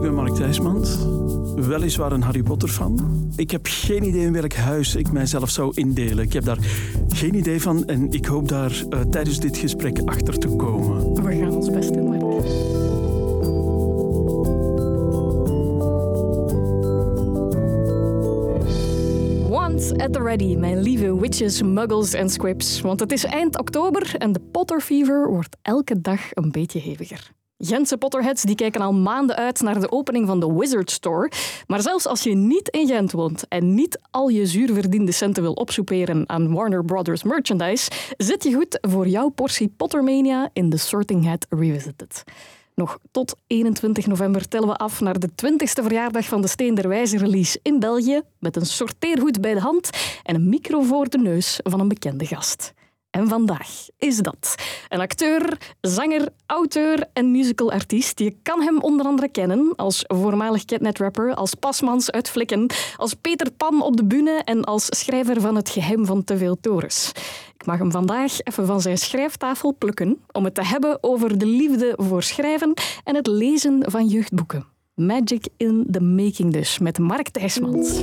ben Mark Thijsmans, weliswaar een Harry Potter fan. Ik heb geen idee in welk huis ik mijzelf zou indelen. Ik heb daar geen idee van en ik hoop daar tijdens dit gesprek achter te komen. We gaan ons best doen, Mark. Once at the ready, mijn lieve witches, muggles en squibs. Want het is eind oktober en de Potter Fever wordt elke dag een beetje heviger. Gentse Potterheads die kijken al maanden uit naar de opening van de Wizard Store. Maar zelfs als je niet in Gent woont en niet al je zuurverdiende centen wil opsoeperen aan Warner Brothers merchandise, zit je goed voor jouw portie Pottermania in The Sorting Hat Revisited. Nog tot 21 november tellen we af naar de 20e verjaardag van de Steen der Wijze release in België, met een sorteerhoed bij de hand en een micro voor de neus van een bekende gast. En vandaag is dat een acteur, zanger, auteur en musicalartiest. Je kan hem onder andere kennen als voormalig Catnet-rapper, als Pasmans uit Flikken, als Peter Pan op de bühne en als schrijver van Het Geheim van Te Veel Torens. Ik mag hem vandaag even van zijn schrijftafel plukken om het te hebben over de liefde voor schrijven en het lezen van jeugdboeken. Magic in the Making dus, met Mark Thijsmans.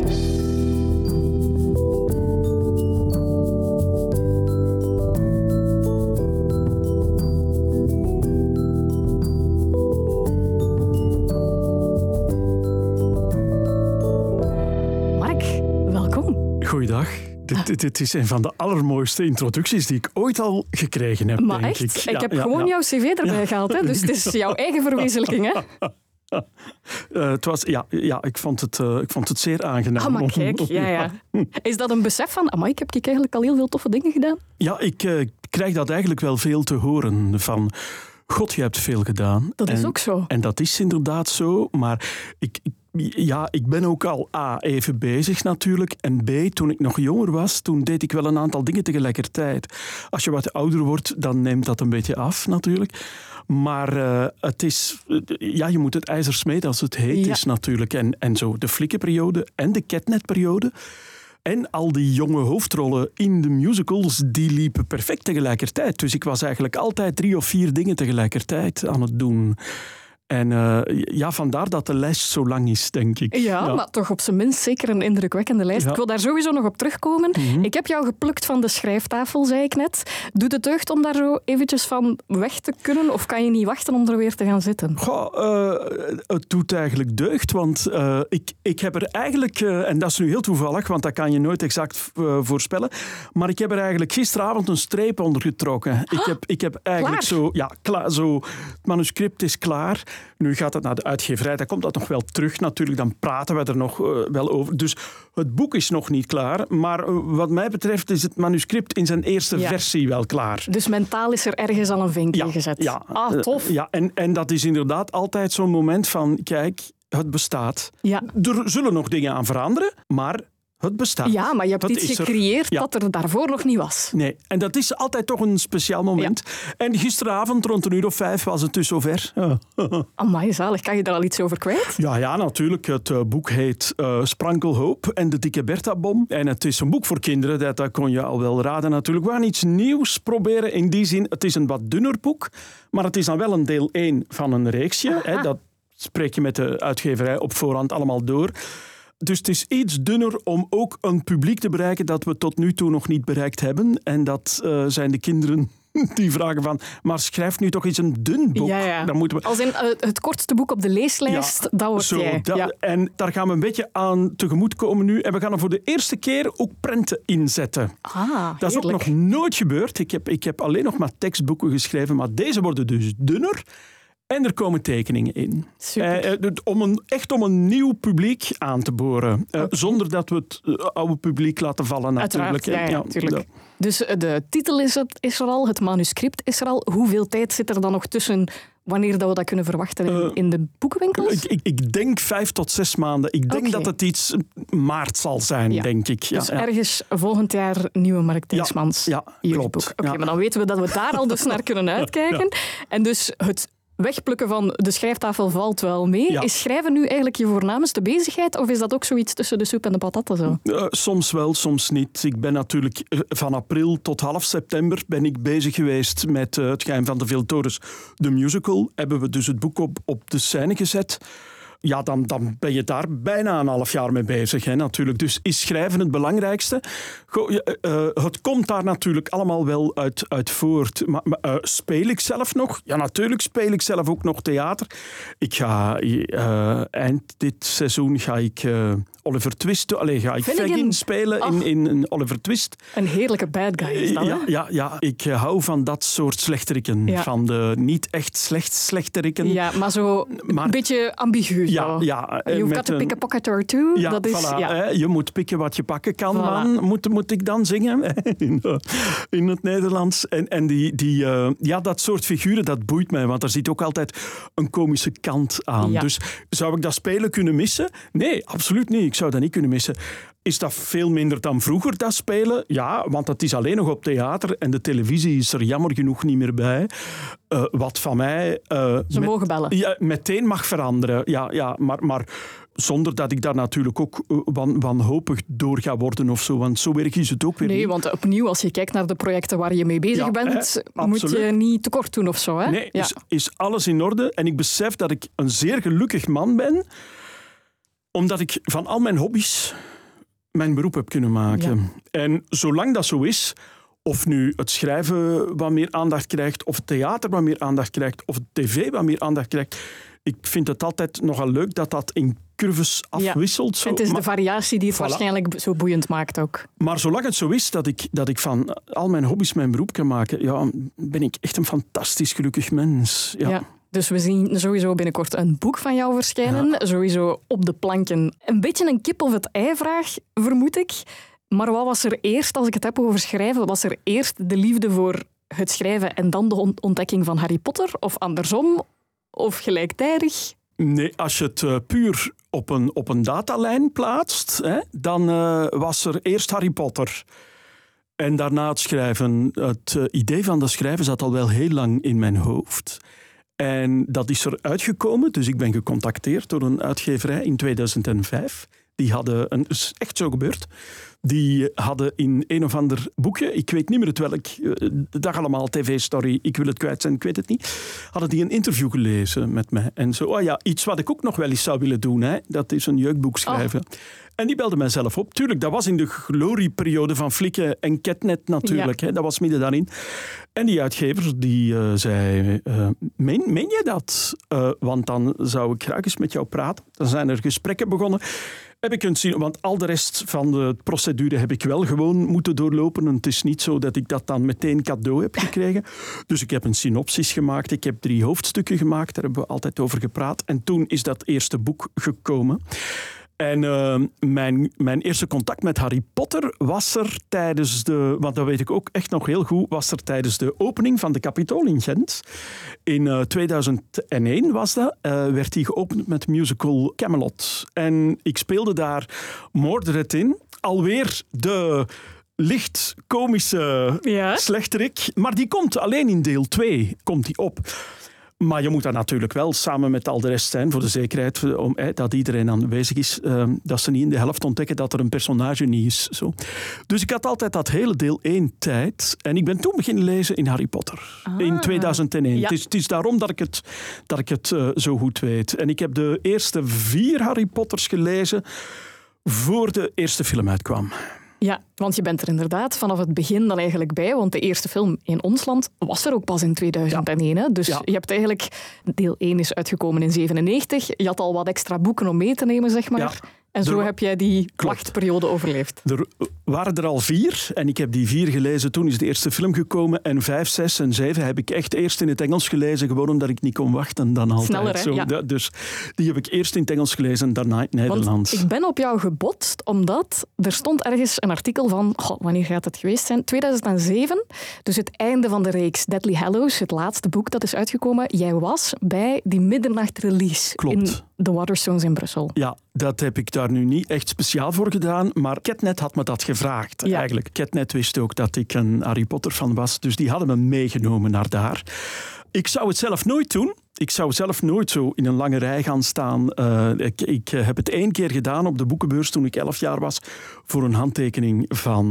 Goeiedag. Dit is een van de allermooiste introducties die ik ooit al gekregen heb, maar denk echt? ik. Ik heb gewoon jouw cv erbij gehaald, hè? Dus het is jouw eigen verwezenlijking, hè? Ik vond het zeer aangenaam. Ah, maar kijk, ja. Is dat een besef van, amai, ik heb eigenlijk al heel veel toffe dingen gedaan? Ja, ik krijg dat eigenlijk wel veel te horen van... God, je hebt veel gedaan. Dat is ook zo. En dat is inderdaad zo, maar ik ben ook al even bezig natuurlijk. En B, toen ik nog jonger was, toen deed ik wel een aantal dingen tegelijkertijd. Als je wat ouder wordt, dan neemt dat een beetje af natuurlijk. Maar het is... je moet het ijzer smeden als het heet is natuurlijk. En zo de flikkenperiode en de Catnet-periode... En al die jonge hoofdrollen in de musicals, die liepen perfect tegelijkertijd. Dus ik was eigenlijk altijd 3 of 4 dingen tegelijkertijd aan het doen. En vandaar dat de lijst zo lang is, denk ik. Ja, maar toch op zijn minst zeker een indrukwekkende lijst. Ja. Ik wil daar sowieso nog op terugkomen. Mm-hmm. Ik heb jou geplukt van de schrijftafel, zei ik net. Doet het deugd om daar zo eventjes van weg te kunnen? Of kan je niet wachten om er weer te gaan zitten? Het doet eigenlijk deugd, want ik heb er eigenlijk... en dat is nu heel toevallig, want dat kan je nooit exact voorspellen. Maar ik heb er eigenlijk gisteravond een streep onder getrokken. Ik heb eigenlijk zo... Het manuscript is klaar. Nu gaat het naar de uitgeverij, dan komt dat nog wel terug natuurlijk, dan praten we er nog wel over. Dus het boek is nog niet klaar, maar wat mij betreft is het manuscript in zijn eerste versie wel klaar. Dus mentaal is er ergens al een vinkje gezet. Ja. Tof. En dat is inderdaad altijd zo'n moment van, kijk, het bestaat. Ja. Er zullen nog dingen aan veranderen, maar... Het bestaat. Ja, maar je hebt iets gecreëerd dat er daarvoor nog niet was. Nee, en dat is altijd toch een speciaal moment. Ja. En gisteravond rond 5:00 was het dus zover. Amai, zalig. Kan je daar al iets over kwijt? Ja, natuurlijk. Het boek heet Sprankelhoop en de dikke Bertha-bom. En het is een boek voor kinderen, dat kon je al wel raden natuurlijk. We gaan iets nieuws proberen in die zin. Het is een wat dunner boek, maar het is dan wel een deel 1 van een reeksje. Hè, dat spreek je met de uitgeverij op voorhand allemaal door. Dus het is iets dunner om ook een publiek te bereiken dat we tot nu toe nog niet bereikt hebben. En dat zijn de kinderen die vragen van, maar schrijf nu toch eens een dun boek. Ja. Dan moeten we... Als in het kortste boek op de leeslijst, dat wordt jij. En daar gaan we een beetje aan tegemoetkomen nu. En we gaan er voor de eerste keer ook prenten inzetten. Dat is ook nog nooit gebeurd. Ik heb alleen nog maar tekstboeken geschreven, maar deze worden dus dunner. En er komen tekeningen in. Om een nieuw publiek aan te boren. Zonder dat we het oude publiek laten vallen natuurlijk. Natuurlijk. Dus de titel is er al, het manuscript is er al. Hoeveel tijd zit er dan nog tussen wanneer dat we dat kunnen verwachten in de boekenwinkels? Ik denk 5 tot 6 maanden. Ik denk dat het iets maart zal zijn, denk ik. Dus ergens volgend jaar nieuwe Mark Thijsmans. Ja, klopt. Oké, maar dan weten we dat we daar al dus naar kunnen uitkijken. En dus het wegplukken van de schrijftafel valt wel mee. Is schrijven nu eigenlijk je voornaamste bezigheid of is dat ook zoiets tussen de soep en de patatten zo? Soms wel, soms niet. Ik ben natuurlijk van april tot half september ben ik bezig geweest met Het Geheim van Te Veel Torens, de musical. Hebben we dus het boek op de scène gezet. dan ben je daar bijna een half jaar mee bezig, hè, natuurlijk. Dus is schrijven het belangrijkste? Het komt daar natuurlijk allemaal wel uit voort. Maar speel ik zelf nog? Ja, natuurlijk speel ik zelf ook nog theater. Ik ga eind dit seizoen ga ik Oliver Twist... ga ik Fagin spelen in Oliver Twist. Een heerlijke bad guy is dat, hè? Ja, ik hou van dat soort slechterikken. Ja. Van de niet echt slechterikken. Ja, maar zo een beetje ambigu. Ja. You've got to pick a pocket or two. Ja, dat is, je moet pikken wat je pakken kan, man. Moet ik dan zingen in het Nederlands. En dat soort figuren, dat boeit mij, want er zit ook altijd een komische kant aan. Ja. Dus zou ik dat spelen kunnen missen? Nee, absoluut niet. Ik zou dat niet kunnen missen. Is dat veel minder dan vroeger, dat spelen? Ja, want het is alleen nog op theater en de televisie is er jammer genoeg niet meer bij. Wat van mij... Ze mogen bellen. Ja, meteen mag veranderen. Ja, maar zonder dat ik daar natuurlijk ook wanhopig door ga worden of zo. Want zo erg is het ook weer niet. Nee, want opnieuw, als je kijkt naar de projecten waar je mee bezig bent, moet je niet tekort doen of zo. Hè? Nee, is alles in orde. En ik besef dat ik een zeer gelukkig man ben, omdat ik van al mijn hobby's mijn beroep heb kunnen maken. Ja. En zolang dat zo is, of nu het schrijven wat meer aandacht krijgt, of het theater wat meer aandacht krijgt, of het tv wat meer aandacht krijgt, ik vind het altijd nogal leuk dat in curves afwisselt. Zo. Het is de variatie die het waarschijnlijk zo boeiend maakt ook. Maar zolang het zo is dat ik van al mijn hobby's mijn beroep kan maken, ben ik echt een fantastisch gelukkig mens. Ja. Dus we zien sowieso binnenkort een boek van jou verschijnen. Ja. Sowieso op de planken. Een beetje een kip of het ei vraag, vermoed ik. Maar wat was er eerst, als ik het heb over schrijven, was er eerst de liefde voor het schrijven en dan de ontdekking van Harry Potter? Of andersom? Of gelijktijdig? Nee, als je het puur op een datalijn plaatst, dan was er eerst Harry Potter. En daarna het schrijven. Het idee van dat schrijven zat al wel heel lang in mijn hoofd. En dat is er uitgekomen, dus ik ben gecontacteerd door een uitgeverij in 2005. Die hadden, is echt zo gebeurd, die hadden in een of ander boekje, ik weet niet meer het welk, dag allemaal, tv-story, ik wil het kwijt zijn, ik weet het niet, hadden die een interview gelezen met mij. En zo, iets wat ik ook nog wel eens zou willen doen, dat is een jeugdboek schrijven. Oh. En die belde mij zelf op. Tuurlijk, dat was in de glorieperiode van Flikken en Ketnet natuurlijk. Ja. Dat was midden daarin. En die uitgever die zei, meen je dat? Want dan zou ik graag eens met jou praten. Dan zijn er gesprekken begonnen. Heb ik zien, want al de rest van de procedure heb ik wel gewoon moeten doorlopen. En het is niet zo dat ik dat dan meteen cadeau heb gekregen. Dus ik heb een synopsis gemaakt. Ik heb 3 hoofdstukken gemaakt. Daar hebben we altijd over gepraat. En toen is dat eerste boek gekomen. En mijn eerste contact met Harry Potter was er tijdens want dat weet ik ook echt nog heel goed, was er tijdens de opening van de Capitool in Gent. In 2001 was dat, werd die geopend met musical Camelot. En ik speelde daar Mordred in. Alweer de licht komische slechterik. Maar die komt alleen in deel 2 komt die op. Maar je moet daar natuurlijk wel samen met al de rest zijn, voor de zekerheid dat iedereen aanwezig is. Dat ze niet in de helft ontdekken dat er een personage niet is. Zo. Dus ik had altijd dat hele deel 1 tijd. En ik ben toen beginnen lezen in Harry Potter. In 2001. Ja. Het is daarom dat ik het zo goed weet. En ik heb de eerste 4 Harry Potters gelezen voor de eerste film uitkwam. Ja, want je bent er inderdaad vanaf het begin dan eigenlijk bij, want de eerste film in ons land was er ook pas in 2001. Hè? Dus je hebt eigenlijk, deel 1 is uitgekomen in 1997, je had al wat extra boeken om mee te nemen, zeg maar. Ja. En zo heb jij die wachtperiode overleefd. Er waren er al 4 en ik heb die 4 gelezen. Toen is de eerste film gekomen en 5, 6 en 7 heb ik echt eerst in het Engels gelezen, gewoon omdat ik niet kon wachten dan altijd. Sneller, hè? Zo. Ja. Dus die heb ik eerst in het Engels gelezen en daarna in het Nederlands. Want ik ben op jou gebotst omdat er stond ergens een artikel van, wanneer gaat het geweest zijn? 2007, dus het einde van de reeks Deathly Hallows, het laatste boek dat is uitgekomen. Jij was bij die middernacht-release in de Waterstones in Brussel. Ja, dat heb ik daar nu niet echt speciaal voor gedaan, maar Ketnet had me dat gevraagd. Ja. Eigenlijk. Ketnet wist ook dat ik een Harry Potter fan was, dus die hadden me meegenomen naar daar. Ik zou het zelf nooit doen. Ik zou zelf nooit zo in een lange rij gaan staan. Ik heb het 1 keer gedaan op de boekenbeurs toen ik 11 jaar was voor een handtekening van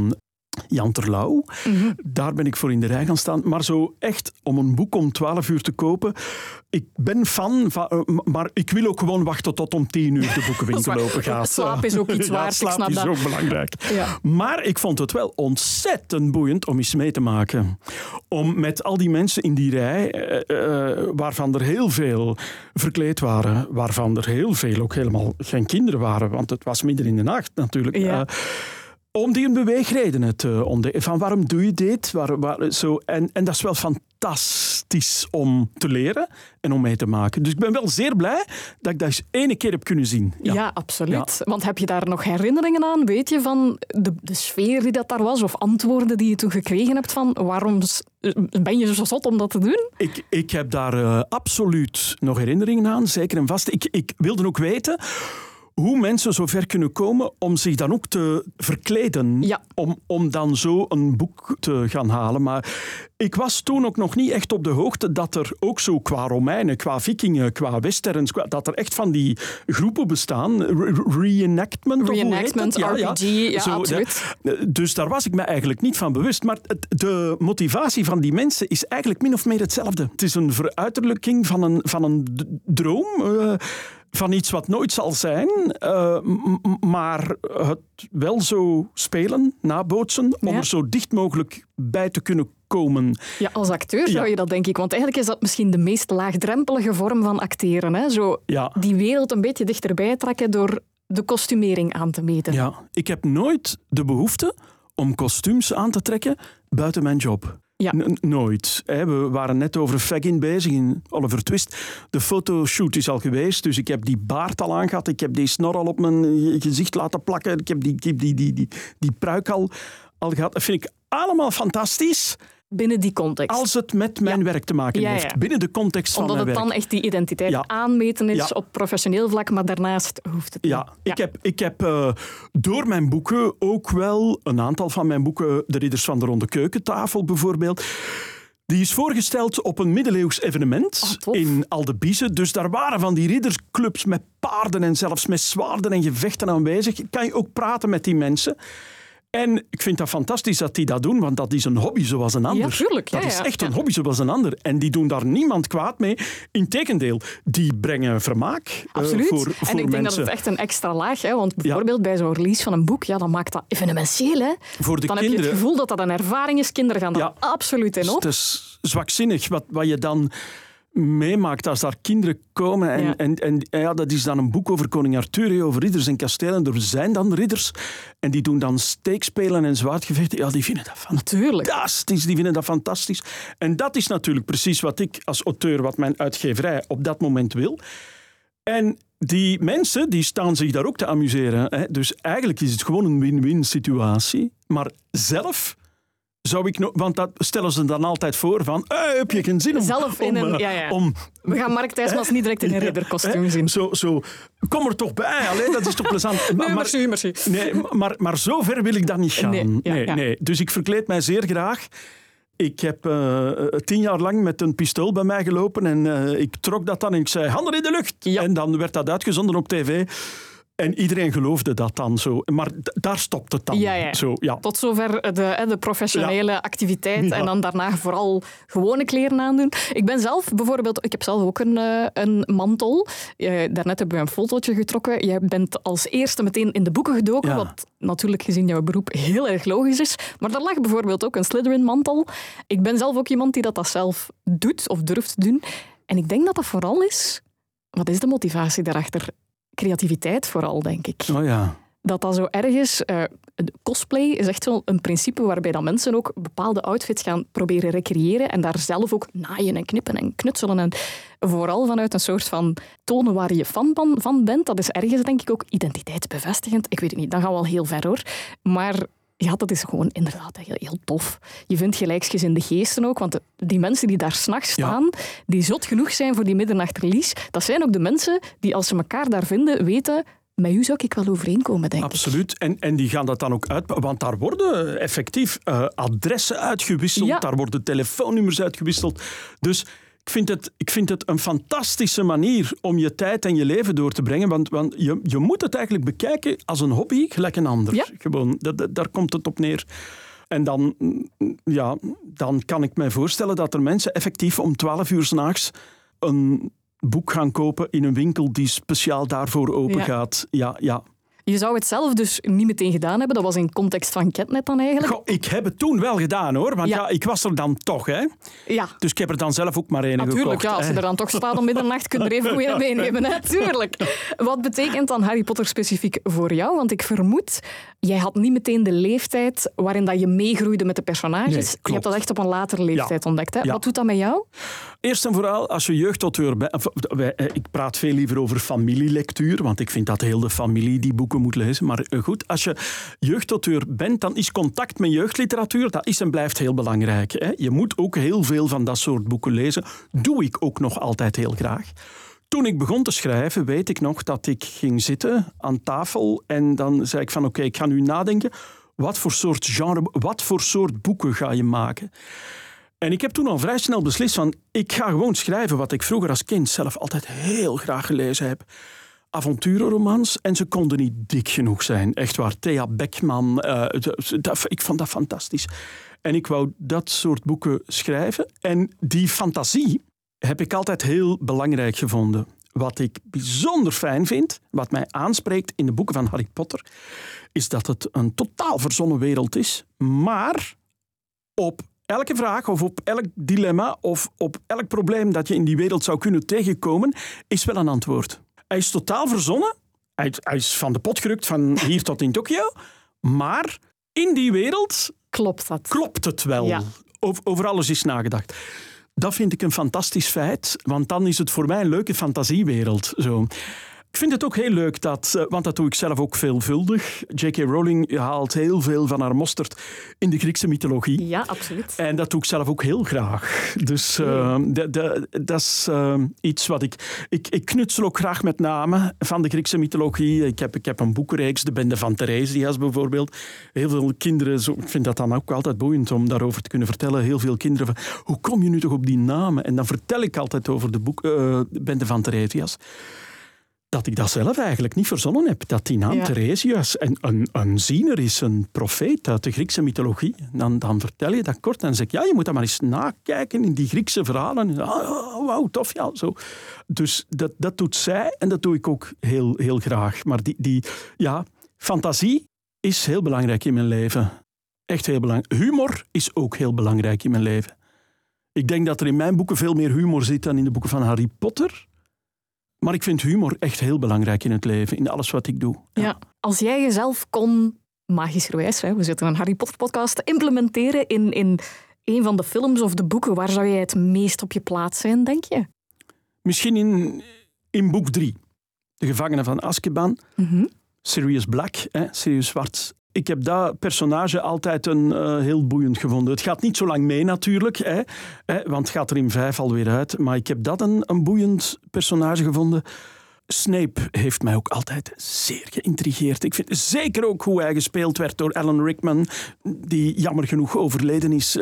Jan Terlouw. Daar ben ik voor in de rij gaan staan. Maar zo echt om een boek om 12 uur te kopen. Ik ben fan van... Maar ik wil ook gewoon wachten tot om 10 uur de boekenwinkel open gaat. Slaap is ook iets waard. Slaap ik snap is dat. ook belangrijk. Ja. Maar ik vond het wel ontzettend boeiend om eens mee te maken. Om met al die mensen in die rij, waarvan er heel veel verkleed waren, waarvan er heel veel ook helemaal geen kinderen waren, want het was midden in de nacht natuurlijk. Ja. Om die een beweegredenen te ontdekken. Van waarom doe je dit? Zo. En dat is wel fantastisch om te leren en om mee te maken. Dus ik ben wel zeer blij dat ik dat eens 1 keer heb kunnen zien. Ja, absoluut. Ja. Want heb je daar nog herinneringen aan? Weet je van de sfeer die dat daar was? Of antwoorden die je toen gekregen hebt van waarom ben je zo zot om dat te doen? Ik heb daar absoluut nog herinneringen aan. Zeker en vast. Ik wilde ook weten hoe mensen zo ver kunnen komen om zich dan ook te verkleden. Ja. Om dan zo een boek te gaan halen. Maar ik was toen ook nog niet echt op de hoogte dat er ook zo qua Romeinen, qua Vikingen, qua Westerns, dat er echt van die groepen bestaan. Reenactment, RPG, ja, zo, absoluut. Dus daar was ik me eigenlijk niet van bewust. Maar de motivatie van die mensen is eigenlijk min of meer hetzelfde. Het is een veruiterlijking van een droom, van iets wat nooit zal zijn, maar het wel zo spelen, nabootsen, om er zo dicht mogelijk bij te kunnen komen. Ja, als acteur zou je dat, denk ik. Want eigenlijk is dat misschien de meest laagdrempelige vorm van acteren. Hè? Zo die wereld een beetje dichterbij trekken door de kostumering aan te meten. Ja, ik heb nooit de behoefte om kostuums aan te trekken buiten mijn job. Ja. Nooit. We waren net over Fagin bezig in Oliver Twist. De fotoshoot is al geweest, dus ik heb die baard al aangehad. Ik heb die snor al op mijn gezicht laten plakken. Ik heb die pruik al gehad. Dat vind ik allemaal fantastisch. Binnen die context. Als het met mijn werk te maken heeft. Binnen de context van mijn werk. Omdat het dan echt die identiteit aanmeten is op professioneel vlak, maar daarnaast hoeft het niet. Ik heb door mijn boeken ook wel een aantal van mijn boeken, De Ridders van de Ronde Keukentafel bijvoorbeeld, die is voorgesteld op een middeleeuws evenement in Aldebize. Dus daar waren van die riddersclubs met paarden en zelfs met zwaarden en gevechten aanwezig. Kan je ook praten met die mensen. En ik vind dat fantastisch dat die dat doen, want dat is een hobby zoals een ander. Ja, tuurlijk. Dat is echt een hobby zoals een ander. En die doen daar niemand kwaad mee. Integendeel, die brengen vermaak Absoluut. Voor en ik denk mensen. dat het echt een extra laag is. Want bijvoorbeeld bij zo'n release van een boek, dan maakt dat evenementieel. Hè? Voor de dan kinderen, heb je het gevoel dat dat een ervaring is. Kinderen gaan daar absoluut in op. Het is zwakzinnig wat je dan meemaakt als daar kinderen komen. En dat is dan een boek over koning Arthur, over ridders en kastelen. Er zijn dan ridders en die doen dan steekspelen en zwaardgevechten. Ja, die vinden dat fantastisch. Die vinden dat fantastisch. En dat is natuurlijk precies wat ik als auteur, wat mijn uitgeverij op dat moment wil. En die mensen die staan zich daar ook te amuseren. Hè. Dus eigenlijk is het gewoon een win-win situatie. Maar zelf zou ik nog, want dat stellen ze dan altijd voor van, heb je geen zin om... Zelf in een... We gaan Mark Thijsmans niet direct in een ridderkostuum zien. Zo, kom er toch bij, dat is toch plezant. Merci. Nee, maar zo ver wil ik dat niet gaan. Nee. Dus ik verkleed mij zeer graag. Ik heb 10 jaar lang met een pistool bij mij gelopen en ik trok dat dan en ik zei, handen in de lucht. Ja. En dan werd dat uitgezonden op tv. En iedereen geloofde dat dan zo. Maar daar stopt het dan. Zo, Tot zover de professionele activiteit. Ja. En dan daarna vooral gewone kleren aandoen. Ik ben zelf bijvoorbeeld... Ik heb zelf ook een mantel. Daarnet hebben we een fotootje getrokken. Je bent als eerste meteen in de boeken gedoken. Ja. Wat natuurlijk gezien jouw beroep heel erg logisch is. Maar daar lag bijvoorbeeld ook een Slytherin-mantel. Ik ben zelf ook iemand die dat zelf doet of durft te doen. En ik denk dat dat vooral is... Wat is de motivatie daarachter? Creativiteit vooral, denk ik. Oh ja. Dat zo ergens... cosplay is echt zo een principe waarbij dan mensen ook bepaalde outfits gaan proberen recreëren en daar zelf ook naaien en knippen en knutselen. En vooral vanuit een soort van tonen waar je fan van bent. Dat is ergens, denk ik, ook identiteitsbevestigend. Ik weet het niet, dan gaan we al heel ver, hoor. Maar... Ja, dat is gewoon inderdaad heel tof. Je vindt gelijksgezinde geesten ook, want die mensen die daar 's nachts staan, die zot genoeg zijn voor die middernacht-release, dat zijn ook de mensen die, als ze elkaar daar vinden, weten... Met u zou ik wel overeenkomen, denk ik. Absoluut. En die gaan dat dan ook uit... Want daar worden effectief adressen uitgewisseld, daar worden telefoonnummers uitgewisseld. Dus... Ik vind het een fantastische manier om je tijd en je leven door te brengen. Want je moet het eigenlijk bekijken als een hobby, gelijk een ander. Ja. Gewoon, daar komt het op neer. En dan kan ik mij voorstellen dat er mensen effectief om 12 uur 's nachts een boek gaan kopen in een winkel die speciaal daarvoor open gaat. Ja. Je zou het zelf dus niet meteen gedaan hebben. Dat was in context van Catnet dan eigenlijk. Goh, ik heb het toen wel gedaan, hoor. Want ik was er dan toch, hè. Ja. Dus ik heb er dan zelf ook maar één gekocht. Natuurlijk, als je er dan toch staat om middernacht, kun je er even goed meenemen. Natuurlijk. Wat betekent dan Harry Potter specifiek voor jou? Want ik vermoed, jij had niet meteen de leeftijd waarin dat je meegroeide met de personages. Nee, je hebt dat echt op een latere leeftijd ontdekt. Hè? Ja. Wat doet dat met jou? Eerst en vooral, als je jeugdauteur bent... Ik praat veel liever over familielectuur, want ik vind dat heel de familie die boeken moet lezen. Maar goed, als je jeugdauteur bent, dan is contact met jeugdliteratuur, dat is en blijft heel belangrijk. Hè? Je moet ook heel veel van dat soort boeken lezen. Doe ik ook nog altijd heel graag. Toen ik begon te schrijven, weet ik nog dat ik ging zitten aan tafel en dan zei ik van oké, ik ga nu nadenken, wat voor soort genre, wat voor soort boeken ga je maken? En ik heb toen al vrij snel beslist van, ik ga gewoon schrijven wat ik vroeger als kind zelf altijd heel graag gelezen heb. Avonturenromans en ze konden niet dik genoeg zijn. Echt waar, Thea Beckman, ik vond dat fantastisch. En ik wou dat soort boeken schrijven. En die fantasie heb ik altijd heel belangrijk gevonden. Wat ik bijzonder fijn vind, wat mij aanspreekt in de boeken van Harry Potter, is dat het een totaal verzonnen wereld is, maar op elke vraag of op elk dilemma of op elk probleem dat je in die wereld zou kunnen tegenkomen, is wel een antwoord. Hij is totaal verzonnen. Hij is van de pot gerukt van hier tot in Tokio. Maar in die wereld klopt het wel. Ja. Over alles is nagedacht. Dat vind ik een fantastisch feit, want dan is het voor mij een leuke fantasiewereld. Zo. Ik vind het ook heel leuk, want dat doe ik zelf ook veelvuldig. J.K. Rowling haalt heel veel van haar mosterd in de Griekse mythologie. Ja, absoluut. En dat doe ik zelf ook heel graag. Dus dat is iets wat ik knutsel ook graag met namen van de Griekse mythologie. Ik heb een boekenreeks, de Bende van Theresias bijvoorbeeld. Heel veel kinderen, ik vind dat dan ook altijd boeiend om daarover te kunnen vertellen. Heel veel kinderen van, hoe kom je nu toch op die namen? En dan vertel ik altijd over de Bende van Theresias. Dat ik dat zelf eigenlijk niet verzonnen heb. Dat die naam Theresias een ziener is, een profeet uit de Griekse mythologie. Dan vertel je dat kort en zeg je, je moet dat maar eens nakijken in die Griekse verhalen. Wauw, tof, ja. Zo. Dus dat doet zij en dat doe ik ook heel, heel graag. Maar die fantasie is heel belangrijk in mijn leven. Echt heel belangrijk. Humor is ook heel belangrijk in mijn leven. Ik denk dat er in mijn boeken veel meer humor zit dan in de boeken van Harry Potter. Maar ik vind humor echt heel belangrijk in het leven, in alles wat ik doe. Ja. Als jij jezelf kon, magischerwijs, we zitten een Harry Potter podcast, implementeren in een van de films of de boeken, waar zou jij het meest op je plaats zijn, denk je? Misschien in boek 3. De gevangene van Azkaban. Mm-hmm. Sirius Black, Sirius Zwart. Ik heb dat personage altijd heel boeiend gevonden. Het gaat niet zo lang mee natuurlijk, want het gaat er in 5 alweer uit. Maar ik heb dat een boeiend personage gevonden. Snape heeft mij ook altijd zeer geïntrigeerd. Ik vind zeker ook hoe hij gespeeld werd door Alan Rickman, die jammer genoeg overleden is.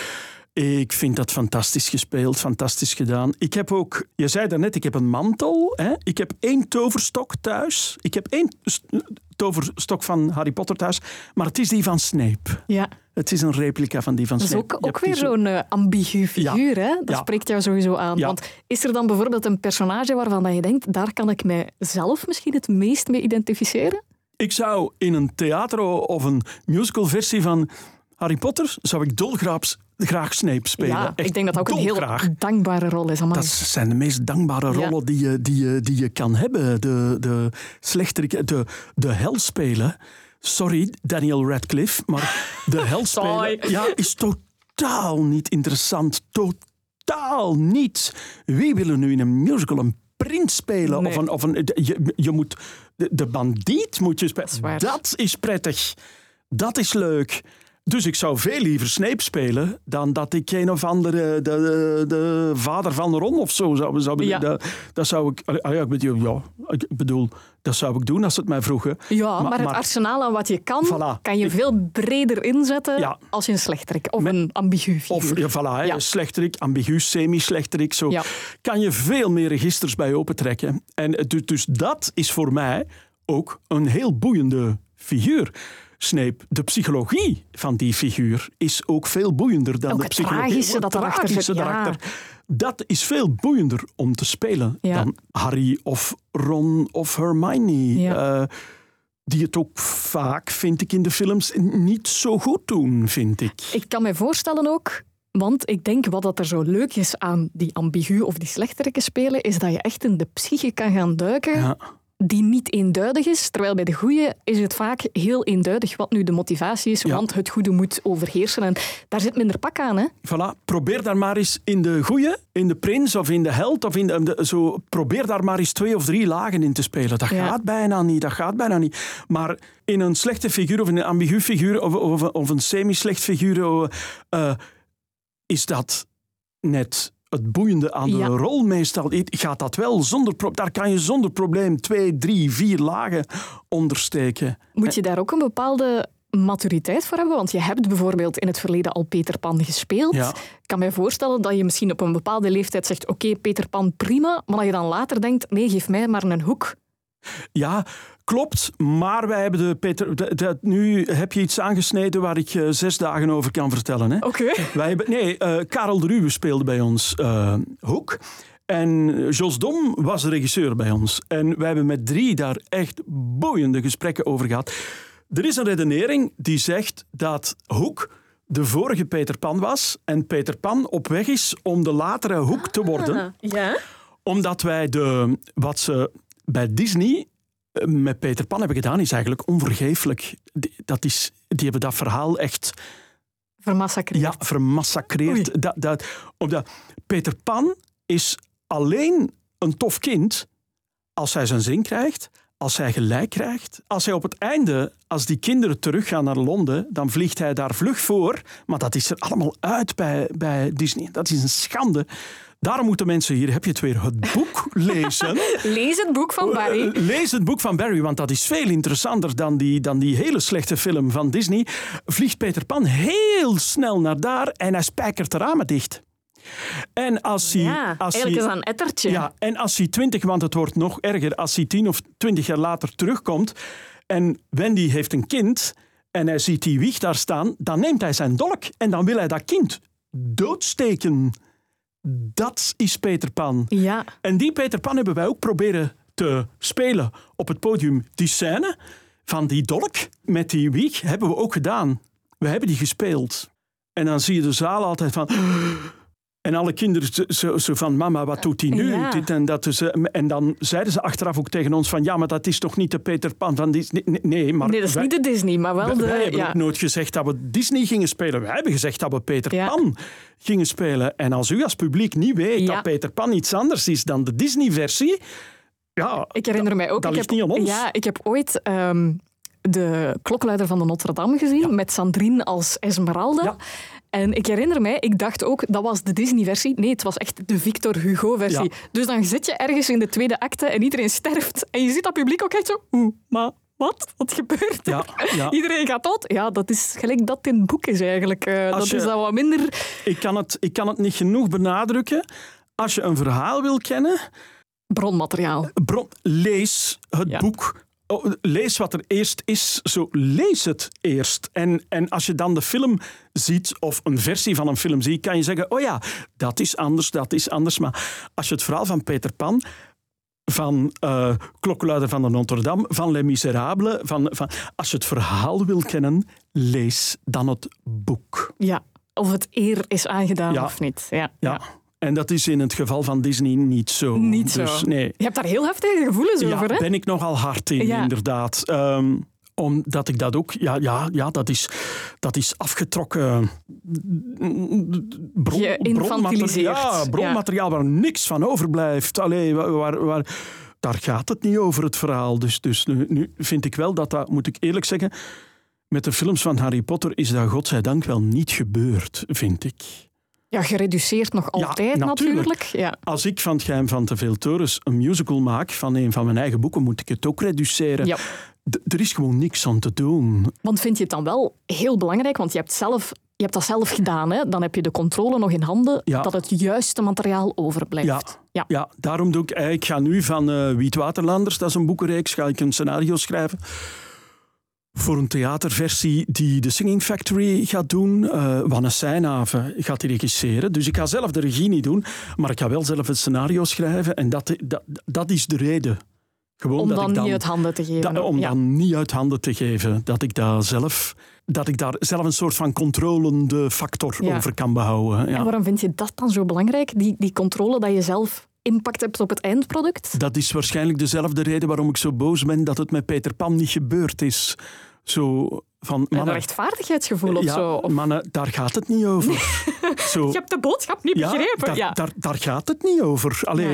Ik vind dat fantastisch gespeeld, fantastisch gedaan. Ik heb ook, je zei daarnet, ik heb een mantel. Ik heb 1 toverstok thuis. Ik heb 1 toverstok van Harry Potter thuis, maar het is die van Snape. Ja. Het is een replica van die van Snape. Dat is ook weer zo'n ambigu figuur, hè? Dat spreekt jou sowieso aan. Ja. Want is er dan bijvoorbeeld een personage waarvan dat je denkt, daar kan ik mij zelf misschien het meest mee identificeren? Ik zou in een theater- of een musicalversie van Harry Potter, zou ik dolgraag Snape spelen. Ja, ik denk dat dat ook een heel dankbare rol is. Amai. Dat zijn de meest dankbare rollen die je kan hebben. De slechterik, de hel spelen. Sorry, Daniel Radcliffe, maar de hel spelen is totaal niet interessant. Totaal niet. Wie wil er nu in een musical een prins spelen? Nee. Je moet de bandiet moet je spelen. Dat is prettig. Dat is leuk. Dus ik zou veel liever Snape spelen dan dat ik een of andere de vader van Ron of zo zou ja. Dat zou ik bedoel, dat zou ik doen als ze het mij vroegen. Ja, maar het arsenaal aan wat je kan, kan je veel breder inzetten als je een slechterik of een ambigu figuur. Een slechterik, ambigu, semi-slechterik, zo. Ja. Kan je veel meer registers bij opentrekken. En dus dat is voor mij ook een heel boeiende figuur. Snape. De psychologie van die figuur is ook veel boeiender dan Ook de het psychologie. tragische dat erachter zit, ja. daarachter. Dat is veel boeiender om te spelen dan Harry of Ron of Hermione. Ja. Die het ook vaak, vind ik, in de films niet zo goed doen, vind ik. Ik kan me voorstellen ook, want ik denk wat dat er zo leuk is aan die ambigu of die slechteriken spelen, is dat je echt in de psyche kan gaan duiken die niet eenduidig is. Terwijl bij de goeie is het vaak heel eenduidig wat nu de motivatie is, want het goede moet overheersen. En daar zit minder pak aan, hè? Voilà, probeer daar maar eens in de goeie, in de prins of in de held, of probeer daar maar eens 2 of 3 lagen in te spelen. Dat gaat bijna niet. Maar in een slechte figuur of in een ambigu figuur of een semi-slecht figuur is dat net het boeiende aan de rol meestal. Gaat dat wel daar kan je zonder probleem 2, 3, 4 lagen ondersteken. Moet je daar ook een bepaalde maturiteit voor hebben? Want je hebt bijvoorbeeld in het verleden al Peter Pan gespeeld. Ja. Ik kan mij voorstellen dat je misschien op een bepaalde leeftijd zegt oké, Peter Pan, prima, maar dat je dan later denkt, nee, geef mij maar een hoek. Ja, klopt, maar wij hebben nu heb je iets aangesneden waar ik 6 dagen over kan vertellen. Oké. Karel de Ruwe speelde bij ons Hoek. En Jos Dom was de regisseur bij ons. En wij hebben met 3 daar echt boeiende gesprekken over gehad. Er is een redenering die zegt dat Hoek de vorige Peter Pan was en Peter Pan op weg is om de latere Hoek te worden. Ja. Omdat wij wat ze bij Disney met Peter Pan hebben gedaan, is eigenlijk onvergeeflijk. Die hebben dat verhaal echt vermassacreerd. Ja, vermassacreerd. Omdat Peter Pan is alleen een tof kind als hij zijn zin krijgt, als hij gelijk krijgt. Als hij op het einde, als die kinderen teruggaan naar Londen, dan vliegt hij daar vlug voor. Maar dat is er allemaal uit bij Disney. Dat is een schande. Daarom moeten mensen, hier heb je het weer, het boek lezen. Lees het boek van Barry. Lees het boek van Barry, want dat is veel interessanter dan die hele slechte film van Disney. Vliegt Peter Pan heel snel naar daar en hij spijkert de ramen dicht. En als hij, eigenlijk is dat een ettertje. Ja, en als hij 20, want het wordt nog erger, als hij 10 of 20 jaar later terugkomt en Wendy heeft een kind en hij ziet die wieg daar staan, dan neemt hij zijn dolk en dan wil hij dat kind doodsteken. Dat is Peter Pan. Ja. En die Peter Pan hebben wij ook proberen te spelen op het podium. Die scène van die dolk met die wieg hebben we ook gedaan. We hebben die gespeeld. En dan zie je de zaal altijd van... En alle kinderen zo van, mama, wat doet hij nu? Ja. Dit en dat. Dus, en dan zeiden ze achteraf ook tegen ons van, ja, maar dat is toch niet de Peter Pan van Disney? Nee, maar dat is niet de Disney, maar wel de... Wij hebben ook nooit gezegd dat we Disney gingen spelen. Wij hebben gezegd dat we Peter Pan gingen spelen. En als u als publiek niet weet dat Peter Pan iets anders is dan de Disney-versie... Ja, ik herinner mij ook... Dat ligt niet aan ons. Ja, ik heb ooit... de klokluider van de Notre Dame gezien, met Sandrine als Esmeralda. Ja. En ik herinner mij, ik dacht ook, dat was de Disney-versie. Nee, het was echt de Victor Hugo-versie. Ja. Dus dan zit je ergens in de tweede acte en iedereen sterft. En je ziet dat publiek ook echt zo... maar wat? Wat gebeurt er? Ja. Iedereen gaat dood. Ja, dat is gelijk dat in het boek is eigenlijk. Dat is dan wat minder... Ik kan het niet genoeg benadrukken. Als je een verhaal wil kennen... Bronmateriaal. Lees het boek... Lees wat er eerst is, lees het eerst. En als je dan de film ziet, of een versie van een film ziet, kan je zeggen, oh ja, dat is anders. Maar als je het verhaal van Peter Pan, van Klokkenluider van de Notre Dame, van Les Miserables, als je het verhaal wil kennen, lees dan het boek. Ja, of het eer is aangedaan of niet. Ja. En dat is in het geval van Disney niet zo. Dus, nee. Je hebt daar heel heftige gevoelens over, hè? Ja, ben ik nogal hard in, inderdaad. Omdat ik dat ook... Ja, dat is afgetrokken bronmateriaal waar niks van overblijft. Allee, daar gaat het niet over, het verhaal. Dus nu vind ik wel dat, moet ik eerlijk zeggen, met de films van Harry Potter is dat godzijdank wel niet gebeurd, vind ik. Ja, gereduceerd nog altijd natuurlijk. Ja. Als ik van Het Geheim van te veel torens een musical maak van een van mijn eigen boeken, moet ik het ook reduceren. Ja. Er is gewoon niks aan te doen. Want vind je het dan wel heel belangrijk, want je hebt dat zelf gedaan, hè? Dan heb je de controle nog in handen dat het juiste materiaal overblijft. Ja, daarom doe ik ga nu van Wietwaterlanders, dat is een boekenreeks, ga ik een scenario schrijven. Voor een theaterversie die de Singing Factory gaat doen. Wanne Sijnhaven gaat die regisseren. Dus ik ga zelf de regie niet doen, maar ik ga wel zelf het scenario schrijven. En dat is de reden. Gewoon om dat dan ik niet uit handen te geven. Dan niet uit handen te geven. Dat ik daar zelf een soort van controlende factor over kan behouden. Ja. En waarom vind je dat dan zo belangrijk? Die controle dat je zelf impact hebt op het eindproduct? Dat is waarschijnlijk dezelfde reden waarom ik zo boos ben dat het met Peter Pan niet gebeurd is. Zo van, mannen, een rechtvaardigheidsgevoel of zo? Of... mannen, daar gaat het niet over. Zo, je hebt de boodschap niet begrepen. Daar gaat het niet over. Allee,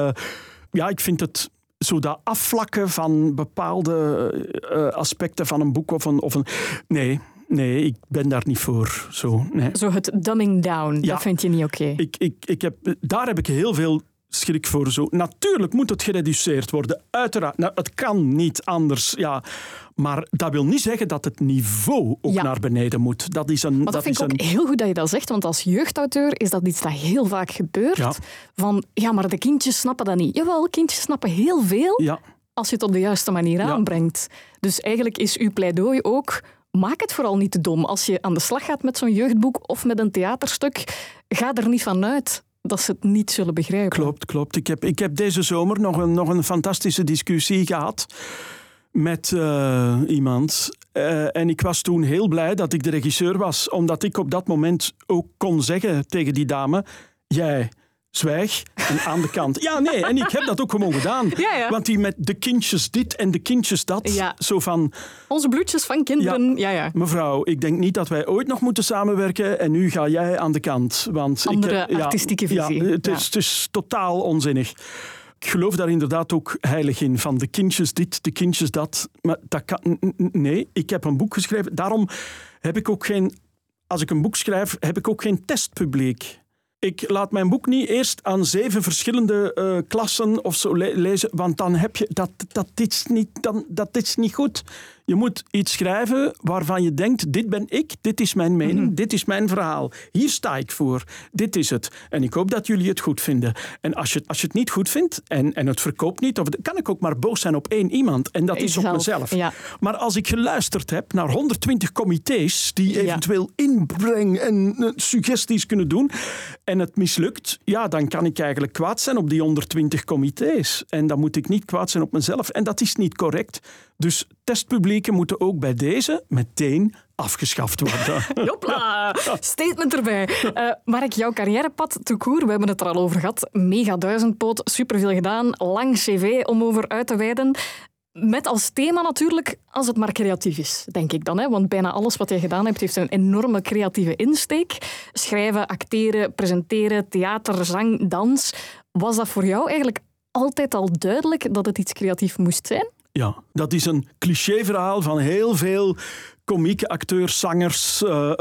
ik vind het... Zo dat afvlakken van bepaalde aspecten van een boek of een... Nee, ik ben daar niet voor. Zo het dumbing down, dat vind je niet oké. Daar heb ik heel veel schrik voor. Zo. Natuurlijk moet het gereduceerd worden, uiteraard. Nou, het kan niet anders, ja. Maar dat wil niet zeggen dat het niveau ook naar beneden moet. Dat vind ik ook heel goed dat je dat zegt, want als jeugdauteur is dat iets dat heel vaak gebeurt. Ja. Van, maar de kindjes snappen dat niet. Jawel, kindjes snappen heel veel als je het op de juiste manier aanbrengt. Dus eigenlijk is uw pleidooi ook... Maak het vooral niet te dom. Als je aan de slag gaat met zo'n jeugdboek of met een theaterstuk, ga er niet van uit dat ze het niet zullen begrijpen. Klopt. Ik heb deze zomer nog een fantastische discussie gehad met iemand. En ik was toen heel blij dat ik de regisseur was, omdat ik op dat moment ook kon zeggen tegen die dame, jij... Zwijg en aan de kant. Ja, nee, en ik heb dat ook gewoon gedaan. Ja. Want die met de kindjes dit en de kindjes dat. Ja. Zo van... Onze bloedjes van kinderen. Ja. Mevrouw, ik denk niet dat wij ooit nog moeten samenwerken en nu ga jij aan de kant. Want andere artistieke visie. Ja, het is totaal onzinnig. Ik geloof daar inderdaad ook heilig in. Van de kindjes dit, de kindjes dat. Maar dat kan... Nee, ik heb een boek geschreven. Daarom heb ik ook geen... Als ik een boek schrijf, heb ik ook geen testpubliek. Ik laat mijn boek niet eerst aan 7 verschillende klassen of zo lezen, want dan heb je... Dat is niet goed. Je moet iets schrijven waarvan je denkt, dit ben ik, dit is mijn mening, dit is mijn verhaal. Hier sta ik voor, dit is het. En ik hoop dat jullie het goed vinden. En als je het niet goed vindt en het verkoopt niet, kan ik ook maar boos zijn op 1 iemand. En dat is op mezelf. Ja. Maar als ik geluisterd heb naar 120 comité's die eventueel inbreng en suggesties kunnen doen en het mislukt, dan kan ik eigenlijk kwaad zijn op die 120 comité's. En dan moet ik niet kwaad zijn op mezelf. En dat is niet correct. Dus testpublieken moeten ook bij deze meteen afgeschaft worden. Jopla, statement erbij. Mark, jouw carrièrepad tout court, we hebben het er al over gehad. Mega duizendpoot, superveel gedaan, lang cv om over uit te wijden. Met als thema natuurlijk, als het maar creatief is, denk ik dan. Hè? Want bijna alles wat je gedaan hebt, heeft een enorme creatieve insteek. Schrijven, acteren, presenteren, theater, zang, dans. Was dat voor jou eigenlijk altijd al duidelijk dat het iets creatief moest zijn? Ja, dat is een clichéverhaal van heel veel komieke acteurs, zangers.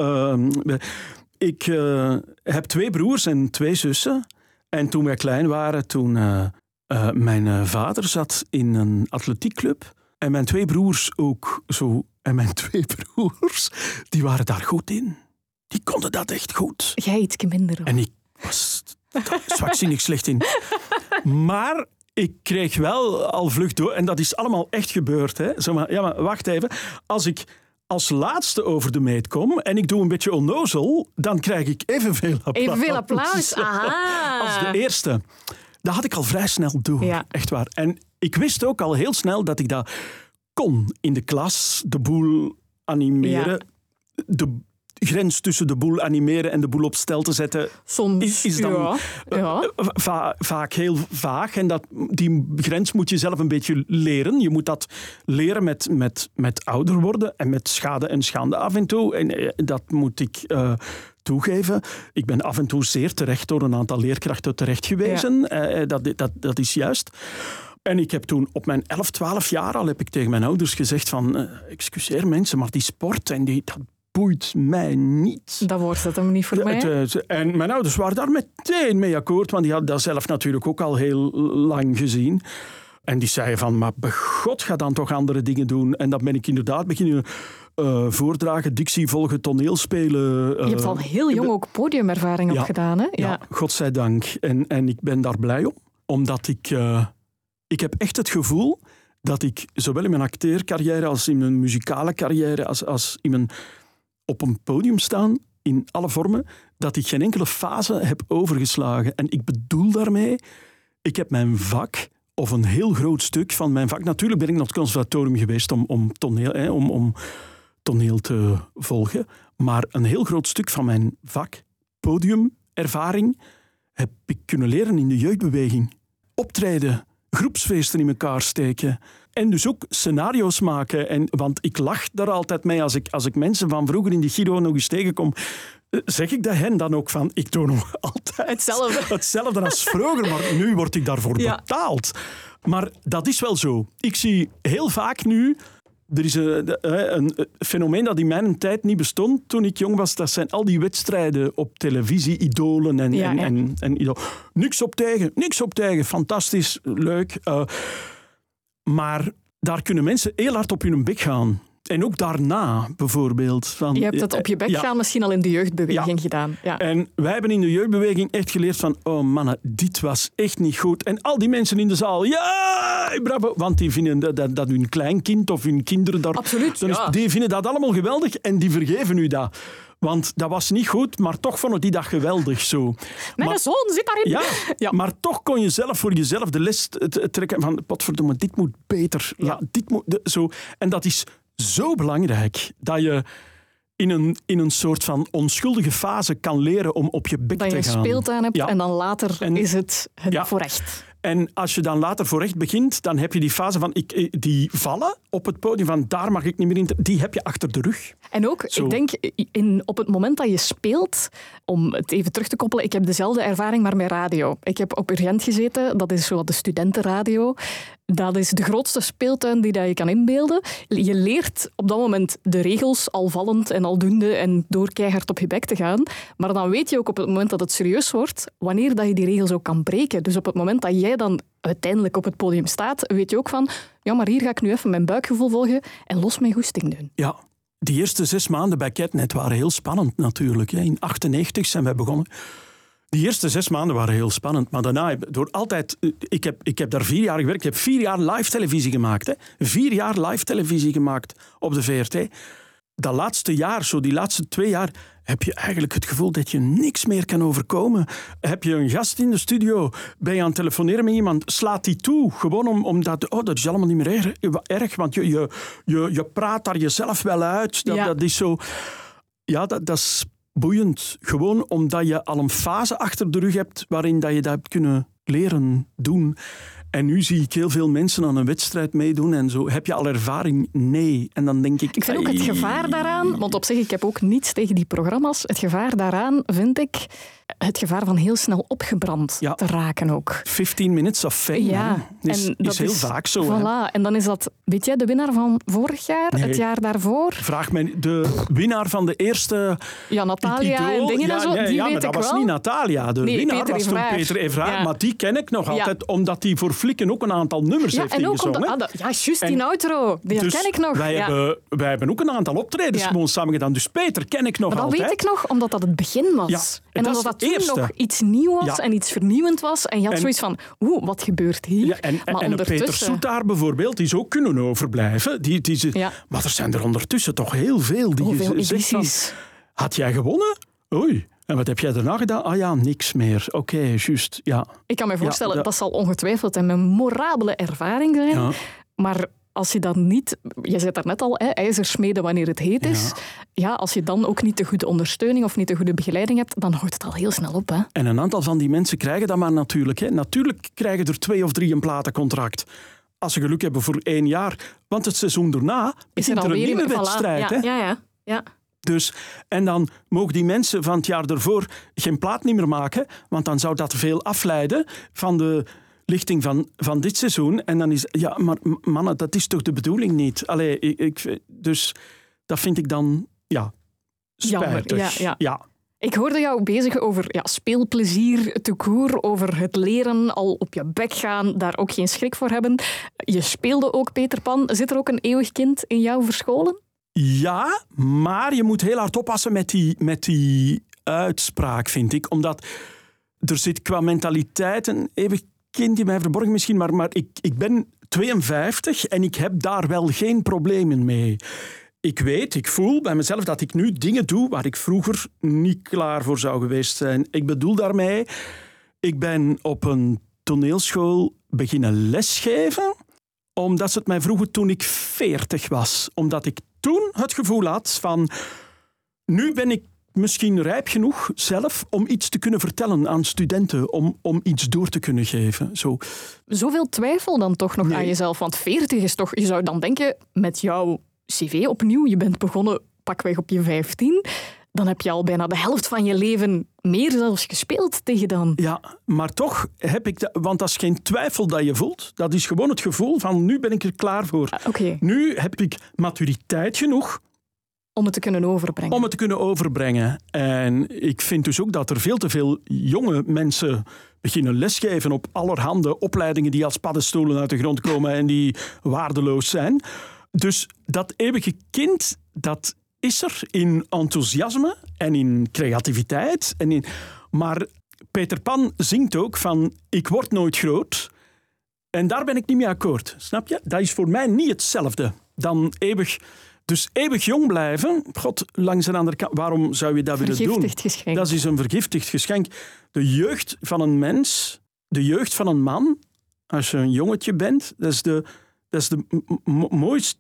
Ik heb 2 broers en 2 zussen. En toen wij klein waren, mijn vader zat in een atletiekclub. En mijn 2 broers ook zo. En mijn 2 broers, die waren daar goed in. Die konden dat echt goed. Jij iets minder. En ik was zwakzinnig slecht in. Maar... ik kreeg wel al vlug door, en dat is allemaal echt gebeurd. Hè. Zeg maar wacht even. Als ik als laatste over de meet kom en ik doe een beetje onnozel, dan krijg ik evenveel applaus. Evenveel applaus, aha. Als de eerste. Dat had ik al vrij snel door, echt waar. En ik wist ook al heel snel dat ik dat kon in de klas, de boel animeren. De grens tussen de boel animeren en de boel op stel te zetten soms is dan vaak heel vaag. En die grens moet je zelf een beetje leren. Je moet dat leren met ouder worden en met schade en schande af en toe. En dat moet ik toegeven. Ik ben af en toe zeer terecht door een aantal leerkrachten terecht gewezen. Ja. Dat is juist. En ik heb toen op mijn 11, 12 jaar al heb ik tegen mijn ouders gezegd van excuseer mensen, maar die sport en dat boeit mij niet. Dat wordt het hem niet voor mij. En mijn ouders waren daar meteen mee akkoord, want die hadden dat zelf natuurlijk ook al heel lang gezien. En die zeiden van, maar begot, ga dan toch andere dingen doen. En dat ben ik inderdaad beginnen voordragen, dictie volgen, toneelspelen. Je hebt al heel jong ook podiumervaring opgedaan, hè? Ja, godzijdank. En ik ben daar blij om, omdat ik heb echt het gevoel dat ik zowel in mijn acteercarrière als in mijn muzikale carrière, als in mijn op een podium staan, in alle vormen, dat ik geen enkele fase heb overgeslagen. En ik bedoel daarmee, ik heb mijn vak, of een heel groot stuk van mijn vak. Natuurlijk ben ik naar het conservatorium geweest om toneel te volgen. Maar een heel groot stuk van mijn vak, podiumervaring, heb ik kunnen leren in de jeugdbeweging. Optreden, groepsfeesten in elkaar steken. En dus ook scenario's maken. Want ik lach daar altijd mee als ik mensen van vroeger in die Giro nog eens tegenkom. Zeg ik dat hen dan ook van, ik doe nog altijd hetzelfde als vroeger, maar nu word ik daarvoor betaald. Maar dat is wel zo. Ik zie heel vaak nu, er is een fenomeen dat in mijn tijd niet bestond toen ik jong was, dat zijn al die wedstrijden op televisie, idolen en idolen. Niks op tegen, fantastisch, leuk. Maar daar kunnen mensen heel hard op hun bek gaan. En ook daarna, bijvoorbeeld. Je hebt het op je bek gaan misschien al in de jeugdbeweging gedaan. Ja. En wij hebben in de jeugdbeweging echt geleerd van, oh mannen, dit was echt niet goed. En al die mensen in de zaal, ja, bravo. Want die vinden dat hun kleinkind of hun kinderen daar... Absoluut, die vinden dat allemaal geweldig en die vergeven u dat. Want dat was niet goed, maar toch vonden die dat geweldig zo. Mijn zoon zit daarin. Ja, maar toch kon je zelf voor jezelf de les trekken van, potverdomme, dit moet beter. Ja, dit moet zo. En dat is zo belangrijk dat je in een soort van onschuldige fase kan leren om op je bek te gaan. Dat je speeltuin hebt en dan later is het voor echt. En als je dan later voor recht begint, dan heb je die fase van die vallen op het podium van daar mag ik niet meer in. Die heb je achter de rug. En ook, ik denk, op het moment dat je speelt, om het even terug te koppelen, ik heb dezelfde ervaring maar met radio. Ik heb op Urgent gezeten, dat is zo de studentenradio. Dat is de grootste speeltuin die je kan inbeelden. Je leert op dat moment de regels al vallend en al doende en door keihard op je bek te gaan. Maar dan weet je ook op het moment dat het serieus wordt, wanneer dat je die regels ook kan breken. Dus op het moment dat jij dan uiteindelijk op het podium staat, weet je ook van, ja, maar hier ga ik nu even mijn buikgevoel volgen en los mijn goesting doen. Ja, die eerste 6 maanden bij Ketnet waren heel spannend natuurlijk. In 1998 zijn wij begonnen. Die eerste 6 maanden waren heel spannend, maar daarna, door altijd... Ik heb daar 4 jaar gewerkt. Ik heb 4 jaar live televisie gemaakt. 4 jaar live televisie gemaakt op de VRT. Dat laatste jaar, die laatste 2 jaar, heb je eigenlijk het gevoel dat je niks meer kan overkomen. Heb je een gast in de studio, ben je aan het telefoneren met iemand, slaat die toe. Gewoon omdat, dat is allemaal niet meer erg, want je praat daar jezelf wel uit. Dat is zo... Ja, dat is boeiend. Gewoon omdat je al een fase achter de rug hebt waarin dat je dat hebt kunnen leren doen. En nu zie ik heel veel mensen aan een wedstrijd meedoen en zo. Heb je al ervaring? Nee. En dan denk ik... Ik vind ook het gevaar daaraan, want op zich, ik heb ook niets tegen die programma's. Het gevaar daaraan vind ik het gevaar van heel snel opgebrand te raken ook. 15 minutes of fame. Ja. Is heel vaak zo. Voilà. En dan is dat, weet jij, de winnaar van vorig jaar, het jaar daarvoor? Vraag mij, de winnaar van de eerste... Ja, Natalia en dingen en zo, die weet ik wel. Maar dat was niet Natalia. De winnaar Peter was toen Peter Evraert. Ja. Maar die ken ik nog altijd, omdat die voor Flikken ook een aantal nummers heeft ingezongen. Juist die outro. Die dus ken ik nog. Wij hebben ook een aantal optredens gewoon samen gedaan. Dus Peter ken ik nog maar altijd. Maar dat weet ik nog, omdat dat het begin was. Ja, en omdat dat toen nog iets nieuw was en iets vernieuwend was. En je had zoiets van, wat gebeurt hier? Ja, en Peter Soetaar bijvoorbeeld, die is ook kunnen overblijven. Maar er zijn er ondertussen toch heel veel. Hoeveel edities? Had jij gewonnen? Oei. En wat heb jij daarna gedaan? Ah ja, niks meer. Oké, juist. Ja. Ik kan me voorstellen, dat zal ongetwijfeld een memorabele ervaring zijn. Ja. Maar als je dan niet... Je zei daar net al, ijzer smeden wanneer het heet is. Ja, als je dan ook niet de goede ondersteuning of niet de goede begeleiding hebt, dan houdt het al heel snel op. Hè? En een aantal van die mensen krijgen dat maar natuurlijk. Hè. Natuurlijk krijgen er 2 of 3 een platencontract. Als ze geluk hebben voor 1 jaar. Want het seizoen daarna begint er een nieuwe wedstrijd. Voilà. Ja. Dus, en dan mogen die mensen van het jaar ervoor geen plaat niet meer maken, want dan zou dat veel afleiden van de lichting van dit seizoen. En dan is... Ja, maar mannen, dat is toch de bedoeling niet? Allee, dus dat vind ik dan... Ja, spijtig. Jammer, ja. Ik hoorde jou bezig over speelplezier te koer, over het leren, al op je bek gaan, daar ook geen schrik voor hebben. Je speelde ook Peter Pan. Zit er ook een eeuwig kind in jou verscholen? Ja, maar je moet heel hard oppassen met die uitspraak, vind ik. Omdat er zit qua mentaliteit een eeuwig kind in mij verborgen misschien, maar ik ben 52 en ik heb daar wel geen problemen mee. Ik voel bij mezelf dat ik nu dingen doe waar ik vroeger niet klaar voor zou geweest zijn. Ik bedoel daarmee, ik ben op een toneelschool beginnen lesgeven, omdat ze het mij vroegen toen ik 40 was. Omdat ik toen het gevoel had van, nu ben ik misschien rijp genoeg zelf om iets te kunnen vertellen aan studenten, om iets door te kunnen geven. Zoveel twijfel dan toch nog aan jezelf, want 40 is toch, je zou dan denken, met jouw cv opnieuw, je bent begonnen pakweg op je 15, dan heb je al bijna de helft van je leven meer zelfs gespeeld tegen dan. Ja, maar toch heb ik want dat is geen twijfel dat je voelt, dat is gewoon het gevoel van, nu ben ik er klaar voor. Okay. Nu heb ik maturiteit genoeg om het te kunnen overbrengen. En ik vind dus ook dat er veel te veel jonge mensen beginnen lesgeven op allerhande opleidingen die als paddenstoelen uit de grond komen en die waardeloos zijn. Dus dat eeuwige kind, dat is er in enthousiasme en in creativiteit. Maar Peter Pan zingt ook van, ik word nooit groot. En daar ben ik niet mee akkoord. Snap je? Dat is voor mij niet hetzelfde dan eeuwig. Dus eeuwig jong blijven, God, langs een andere kant, waarom zou je dat willen doen? Vergiftigd geschenk. Dat is een vergiftigd geschenk. De jeugd van een mens, de jeugd van een man, als je een jongetje bent, dat is de mooiste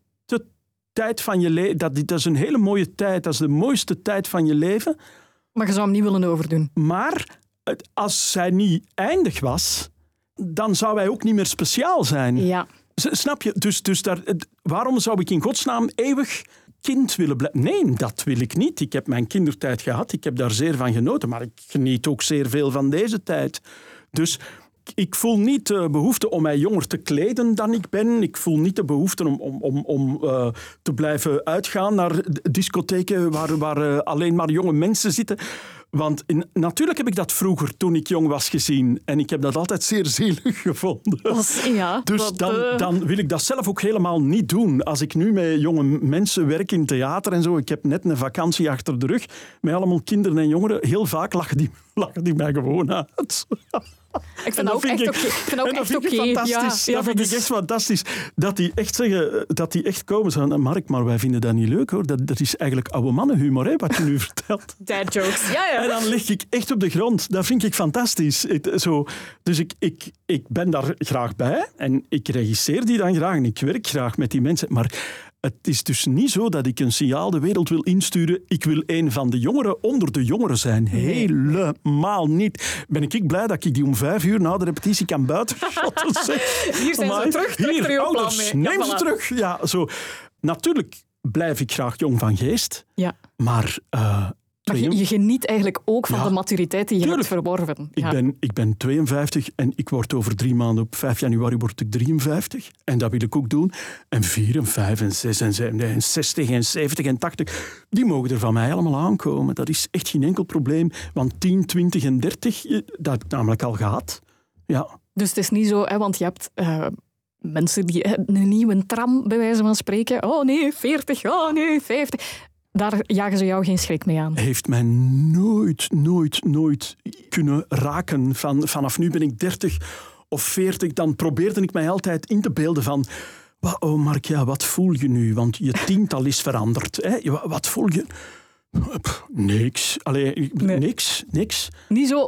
tijd van je leven. Dat is een hele mooie tijd, dat is de mooiste tijd van je leven. Maar je zou hem niet willen overdoen. Maar als zij niet eindig was, dan zou hij ook niet meer speciaal zijn. Ja. Snap je? Dus waarom zou ik in godsnaam eeuwig kind willen blijven? Nee, dat wil ik niet. Ik heb mijn kindertijd gehad. Ik heb daar zeer van genoten. Maar ik geniet ook zeer veel van deze tijd. Dus ik voel niet de behoefte om mij jonger te kleden dan ik ben. Ik voel niet de behoefte om te blijven uitgaan naar discotheken waar alleen maar jonge mensen zitten. Want natuurlijk heb ik dat vroeger, toen ik jong was, gezien. En ik heb dat altijd zeer zielig gevonden. Dus dan wil ik dat zelf ook helemaal niet doen. Als ik nu met jonge mensen werk in theater en zo. Ik heb net een vakantie achter de rug met allemaal kinderen en jongeren. Heel vaak lachen die mij gewoon uit. Ik vind dat ook echt oké. Fantastisch. Dat vind ik echt fantastisch. Dat die echt zeggen, dat die echt komen. Zeggen, Mark, maar wij vinden dat niet leuk hoor. Dat is eigenlijk oude mannenhumor, hè, wat je nu vertelt. Dad jokes. Ja. En dan lig ik echt op de grond. Dat vind ik fantastisch. Dus ik ben daar graag bij. En ik regisseer die dan graag. En ik werk graag met die mensen. Maar het is dus niet zo dat ik een signaal de wereld wil insturen. Ik wil een van de jongeren onder de jongeren zijn. Helemaal niet. Ben ik blij dat ik die om 5 uur na de repetitie kan buitenshotten. Hier zijn ze terug. Trek er je plan mee. Neem ze terug. Ja, zo. Natuurlijk blijf ik graag jong van geest. Ja. Maar je geniet eigenlijk ook van de maturiteit die je hebt verworven. Ja. Ik ben 52 en ik word over 3 maanden, op 5 januari, word ik 53. En dat wil ik ook doen. En 4 en 5 en 6 en 7 en 60 en 70 en 80, die mogen er van mij allemaal aankomen. Dat is echt geen enkel probleem. Want 10, 20 en 30, dat heb ik namelijk al gehad. Ja. Dus het is niet zo, hè, want je hebt mensen die een nieuwe tram, bij wijze van spreken. Oh nee, 40, oh nee, 50... Daar jagen ze jou geen schrik mee aan. Heeft mij nooit kunnen raken. Vanaf nu ben ik 30 of 40. Dan probeerde ik mij altijd in te beelden van... Oh Mark, ja, wat voel je nu? Want je tiental is veranderd. Hè? Wat voel je? Niks. Allee, niks. Niet zo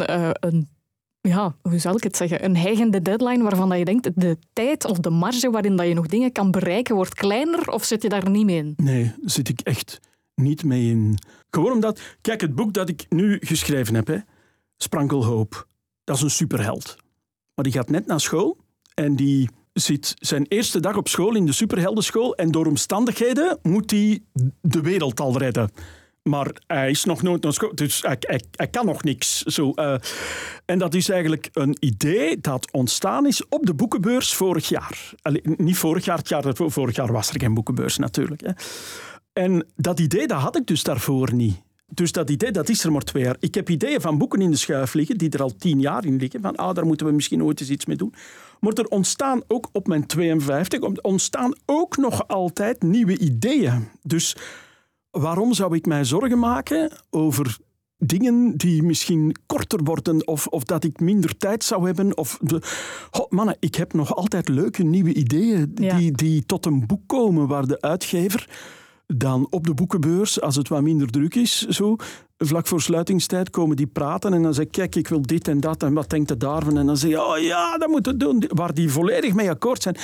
hoe zal ik het zeggen? Een hijgende deadline waarvan dat je denkt, de tijd of de marge waarin dat je nog dingen kan bereiken wordt kleiner, of zit je daar niet mee in? Nee, daar zit ik echt niet mee in. Gewoon omdat... Kijk, het boek dat ik nu geschreven heb, hè, Sprankelhoop, dat is een superheld. Maar die gaat net naar school en die zit zijn eerste dag op school in de superheldenschool en door omstandigheden moet hij de wereld al redden. Maar hij is nog nooit naar school, dus hij kan nog niks. En dat is eigenlijk een idee dat ontstaan is op de boekenbeurs vorig jaar. Niet vorig jaar, het jaar daarvoor. Vorig jaar was er geen boekenbeurs natuurlijk. Hè. En dat idee dat had ik dus daarvoor niet. Dus dat idee dat is er maar 2 jaar. Ik heb ideeën van boeken in de schuif liggen die er al 10 jaar in liggen. Van daar moeten we misschien ooit eens iets mee doen. Maar er ontstaan ook op mijn 52 ontstaan ook nog altijd nieuwe ideeën. Dus... Waarom zou ik mij zorgen maken over dingen die misschien korter worden of dat ik minder tijd zou hebben. Mannen, ik heb nog altijd leuke nieuwe ideeën die tot een boek komen waar de uitgever dan op de boekenbeurs, als het wat minder druk is, zo, vlak voor sluitingstijd komen die praten en dan zeg ik, kijk, ik wil dit en dat en wat denkt je daarvan? En dan zeg je, oh ja, dat moet je doen. Waar die volledig mee akkoord zijn.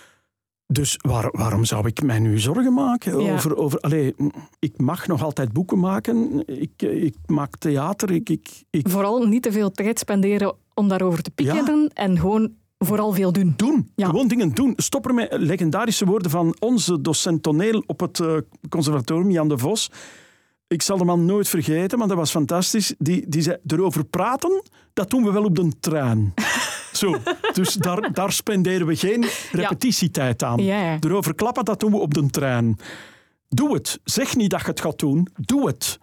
Dus waarom zou ik mij nu zorgen maken over... Allee, ik mag nog altijd boeken maken. Ik maak theater. Vooral niet te veel tijd spenderen om daarover te piekeren en gewoon vooral veel doen. Gewoon dingen doen. Stop er met legendarische woorden van onze docent toneel op het conservatorium, Jan de Vos. Ik zal de man nooit vergeten, maar dat was fantastisch. Die zei, erover praten, dat doen we wel op de trein. Zo, dus daar spenderen we geen repetitietijd aan. Ja. Erover klappen, dat doen we op de trein. Doe het. Zeg niet dat je het gaat doen. Doe het.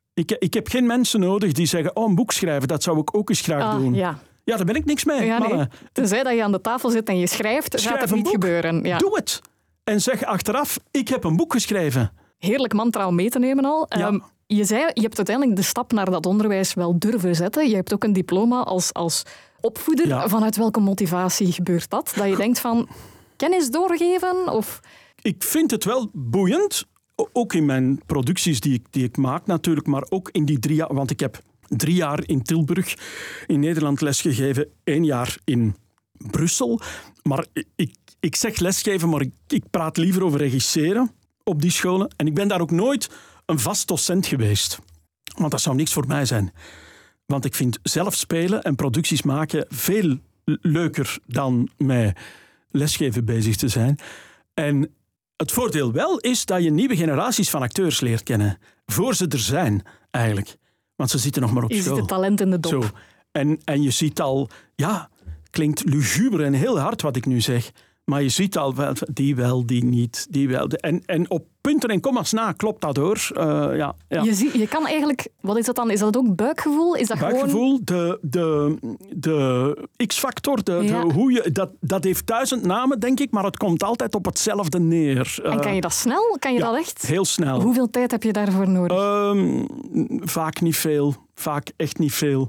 Ik heb geen mensen nodig die zeggen, een boek schrijven, dat zou ik ook eens graag doen. Ja, daar ben ik niks mee, mannen. Nee. Tenzij dat je aan de tafel zit en je schrijft, gaat het niet gebeuren. Ja. Doe het. En zeg achteraf, ik heb een boek geschreven. Heerlijk mantra om mee te nemen al. Je zei, je hebt uiteindelijk de stap naar dat onderwijs wel durven zetten. Je hebt ook een diploma als opvoeder. Ja. Vanuit welke motivatie gebeurt dat? Dat je denkt van, kennis doorgeven? Of... Ik vind het wel boeiend, ook in mijn producties die ik maak natuurlijk, maar ook in die 3 jaar, want ik heb 3 jaar in Tilburg in Nederland lesgegeven, 1 jaar in Brussel. Maar ik zeg lesgeven, maar ik praat liever over regisseren op die scholen. En ik ben daar ook nooit een vast docent geweest. Want dat zou niks voor mij zijn. Want ik vind zelf spelen en producties maken veel leuker dan met lesgeven bezig te zijn. En het voordeel wel is dat je nieuwe generaties van acteurs leert kennen. Voor ze er zijn, eigenlijk. Want ze zitten nog maar op school. Je ziet het talent in de dop. Zo. En je ziet al, klinkt luguber en heel hard wat ik nu zeg. Maar je ziet al, die wel, die niet, die wel. En op punten en komma's na klopt dat hoor. Ja. Je kan eigenlijk, wat is dat dan? Is dat ook buikgevoel? Is dat buikgevoel, gewoon... de X-factor, hoe je, dat heeft 1000 namen, denk ik, maar het komt altijd op hetzelfde neer. En kan je dat snel? Kan je dat echt? Heel snel. Hoeveel tijd heb je daarvoor nodig? Vaak niet veel. Vaak echt niet veel.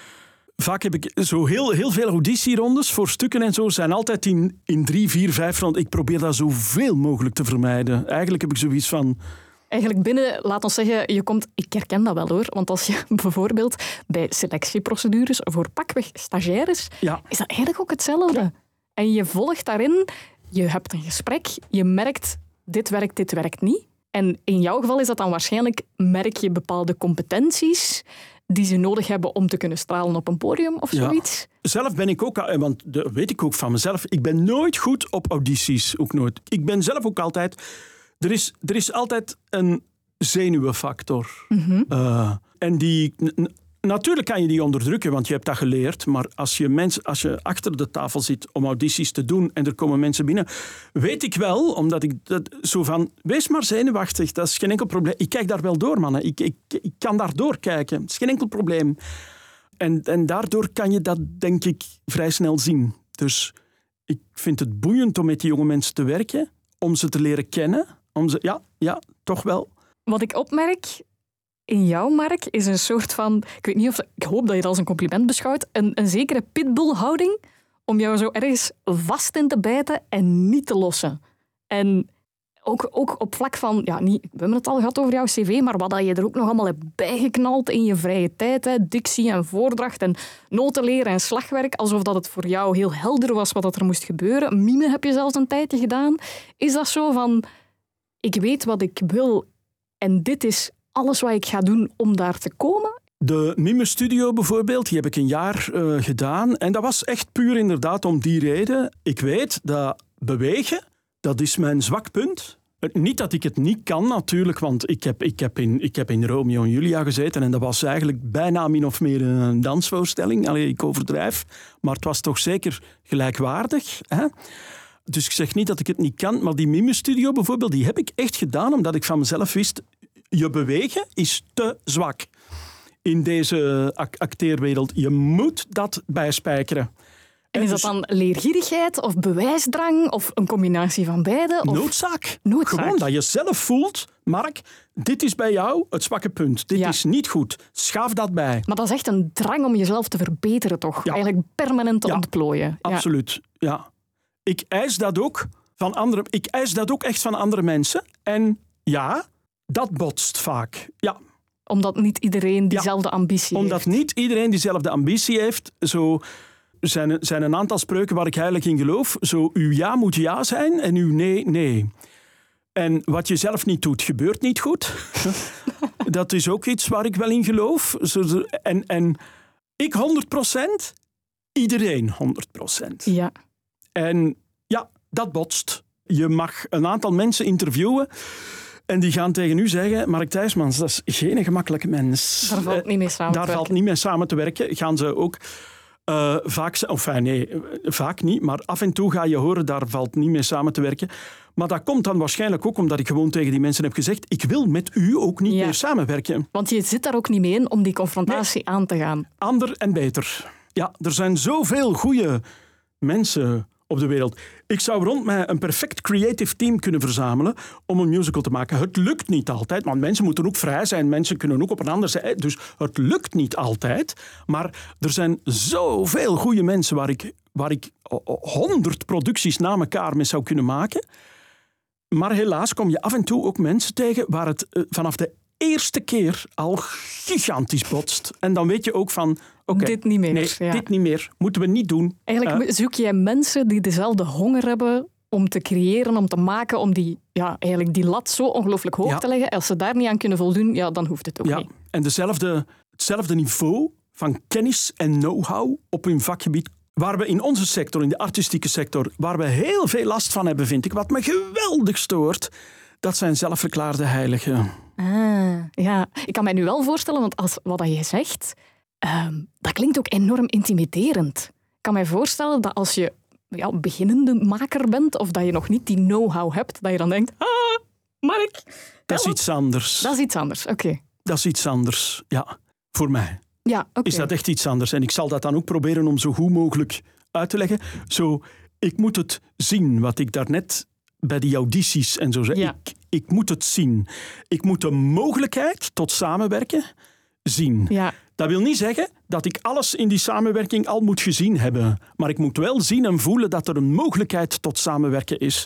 Vaak heb ik zo heel veel auditierondes voor stukken en zo zijn altijd in 3, 4, 5 ronden. Ik probeer dat zoveel mogelijk te vermijden. Eigenlijk heb ik zoiets van... Eigenlijk binnen, laat ons zeggen, ik herken dat wel hoor, want als je bijvoorbeeld bij selectieprocedures voor pakweg stagiaires, is dat eigenlijk ook hetzelfde. Ja. En je volgt daarin, je hebt een gesprek, je merkt, dit werkt niet. En in jouw geval is dat dan waarschijnlijk, merk je bepaalde competenties die ze nodig hebben om te kunnen stralen op een podium of zoiets. Zelf ben ik ook, want dat weet ik ook van mezelf, ik ben nooit goed op audities, ook nooit. Ik ben zelf ook altijd... Er is altijd een zenuwenfactor. Mm-hmm. En die... Natuurlijk kan je die onderdrukken, want je hebt dat geleerd. Maar als je achter de tafel zit om audities te doen en er komen mensen binnen, weet ik wel, omdat ik dat zo van, wees maar zenuwachtig, dat is geen enkel probleem. Ik kijk daar wel door, mannen. Ik kan daar doorkijken. Dat is geen enkel probleem. En daardoor kan je dat, denk ik, vrij snel zien. Dus ik vind het boeiend om met die jonge mensen te werken, om ze te leren kennen. Toch wel. Wat ik opmerk in jouw, Mark, is een soort van... Ik hoop dat je dat als een compliment beschouwt. Een zekere pitbull-houding om jou zo ergens vast in te bijten en niet te lossen. En ook op vlak van... we hebben het al gehad over jouw cv, maar wat je er ook nog allemaal hebt bijgeknald in je vrije tijd. Hè, dictie en voordracht en notenleren en slagwerk. Alsof dat het voor jou heel helder was wat er moest gebeuren. Mime heb je zelfs een tijdje gedaan. Is dat zo van... Ik weet wat ik wil en dit is alles wat ik ga doen om daar te komen? De Mime Studio bijvoorbeeld, die heb ik een jaar gedaan. En dat was echt puur inderdaad om die reden. Ik weet dat bewegen, dat is mijn zwak punt. Niet dat ik het niet kan natuurlijk, want ik heb in Romeo en Julia gezeten en dat was eigenlijk bijna min of meer een dansvoorstelling. Allee, ik overdrijf, maar het was toch zeker gelijkwaardig. Hè? Dus ik zeg niet dat ik het niet kan, maar die Mime-studio bijvoorbeeld, die heb ik echt gedaan omdat ik van mezelf wist, je bewegen is te zwak in deze acteerwereld. Je moet dat bijspijkeren. En is dat dan leergierigheid of bewijsdrang of een combinatie van beide? Of... Noodzaak. Noodzaak. Gewoon dat je zelf voelt, Mark, dit is bij jou het zwakke punt. Dit is niet goed. Schaaf dat bij. Maar dat is echt een drang om jezelf te verbeteren, toch? Ja. Eigenlijk permanent te ontplooien. Absoluut, ja. Ik eis dat ook van anderen. Ik eis dat ook echt van andere mensen. En ja, dat botst vaak. Ja. Omdat niet iedereen diezelfde ambitie heeft. Omdat niet iedereen diezelfde ambitie heeft. Zo zijn een aantal spreuken waar ik heilig in geloof. Zo, uw ja moet ja zijn en uw nee, nee. En wat je zelf niet doet, gebeurt niet goed. Dat is ook iets waar ik wel in geloof. En ik 100%, iedereen 100%. Ja. En ja, dat botst. Je mag een aantal mensen interviewen en die gaan tegen u zeggen, Mark Thijsmans, dat is geen gemakkelijke mens. Daar valt niet mee samen te werken. Daar valt niet mee samen te werken. Gaan ze ook vaak niet, maar af en toe ga je horen, daar valt niet mee samen te werken. Maar dat komt dan waarschijnlijk ook omdat ik gewoon tegen die mensen heb gezegd, ik wil met u ook niet meer samenwerken. Want je zit daar ook niet mee in om die confrontatie aan te gaan. Ander en beter. Ja, er zijn zoveel goede mensen op de wereld. Ik zou rond mij een perfect creative team kunnen verzamelen om een musical te maken. Het lukt niet altijd, want mensen moeten ook vrij zijn. Mensen kunnen ook op een ander zijn. Dus het lukt niet altijd. Maar er zijn zoveel goede mensen waar ik 100 producties na elkaar mee zou kunnen maken. Maar helaas kom je af en toe ook mensen tegen waar het vanaf de eerste keer al gigantisch botst. En dan weet je ook van... Okay, dit niet meer. Nee, dit niet meer. Moeten we niet doen. Eigenlijk zoek jij mensen die dezelfde honger hebben om te creëren, om te maken, om eigenlijk die lat zo ongelooflijk hoog te leggen. Als ze daar niet aan kunnen voldoen, dan hoeft het ook niet. En hetzelfde niveau van kennis en know-how op hun vakgebied, waar we in onze sector, in de artistieke sector, waar we heel veel last van hebben, vind ik, wat me geweldig stoort, dat zijn zelfverklaarde heiligen. Ja, ik kan mij nu wel voorstellen, want wat je zegt, dat klinkt ook enorm intimiderend. Ik kan mij voorstellen dat als je beginnende maker bent, of dat je nog niet die know-how hebt, dat je dan denkt, Mark... Dat is iets anders. Dat is iets anders, oké. Dat is iets anders, ja. Voor mij. Ja, oké. Is dat echt iets anders. En ik zal dat dan ook proberen om zo goed mogelijk uit te leggen. Ik moet het zien, wat ik daarnet bij die audities en zo zei. Ja. Ik moet het zien. Ik moet de mogelijkheid tot samenwerken zien. Ja. Dat wil niet zeggen dat ik alles in die samenwerking al moet gezien hebben. Maar ik moet wel zien en voelen dat er een mogelijkheid tot samenwerken is.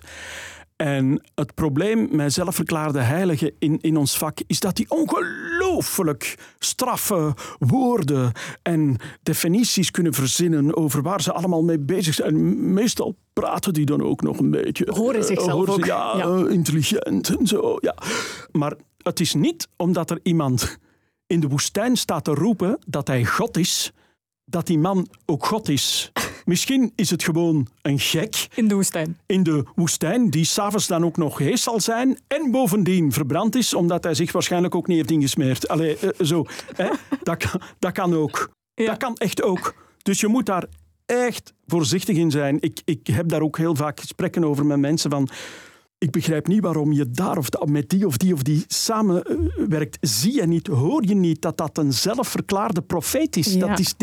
En het probleem met zelfverklaarde heiligen in ons vak is dat die ongelooflijk straffe woorden en definities kunnen verzinnen over waar ze allemaal mee bezig zijn. Meestal praten die dan ook nog een beetje. Horen zichzelf ook. Intelligent en zo. Ja. Maar het is niet omdat er iemand in de woestijn staat te roepen dat hij God is, dat die man ook God is. Misschien is het gewoon een gek. In de woestijn. In de woestijn, die s'avonds dan ook nog hees zal zijn en bovendien verbrand is, omdat hij zich waarschijnlijk ook niet heeft ingesmeerd. Allee, zo. Hè? Dat kan ook. Ja. Dat kan echt ook. Dus je moet daar echt voorzichtig in zijn. Ik heb daar ook heel vaak gesprekken over met mensen van... Ik begrijp niet waarom je daar of met die of die samenwerkt. Zie je niet, hoor je niet dat een zelfverklaarde profeet is? Ja. Dat is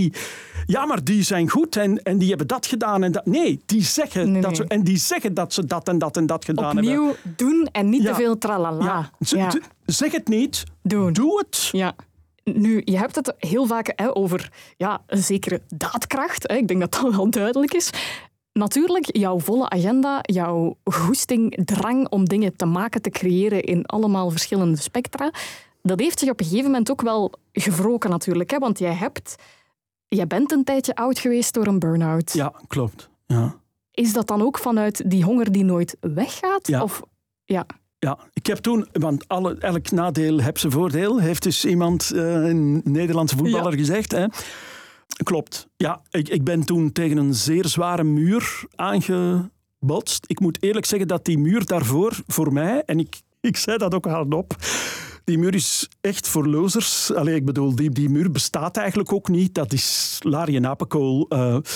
ja, maar die zijn goed en die hebben dat gedaan. En dat. Nee, die zeggen dat ze... En die zeggen dat ze dat en dat en dat gedaan hebben. Opnieuw doen en niet te veel tralala. Ja. Zeg het niet, doe het. Ja. Nu, je hebt het heel vaak over een zekere daadkracht. Ik denk dat dat wel duidelijk is. Natuurlijk, jouw volle agenda, jouw goesting, drang om dingen te maken, te creëren in allemaal verschillende spectra, dat heeft zich op een gegeven moment ook wel gewroken natuurlijk. Hè? Want jij bent een tijdje oud geweest door een burn-out. Ja, klopt. Ja. Is dat dan ook vanuit die honger die nooit weggaat? Ja. Of, ja. Ja, ik heb toen, want elk nadeel heeft zijn voordeel, heeft dus iemand, een Nederlandse voetballer, gezegd. Hè. Klopt. Ja, ik ben toen tegen een zeer zware muur aangebotst. Ik moet eerlijk zeggen dat die muur daarvoor, voor mij, en ik zei dat ook hardop, die muur is echt voor losers. Allee, ik bedoel, die muur bestaat eigenlijk ook niet. Dat is larie en apenkool.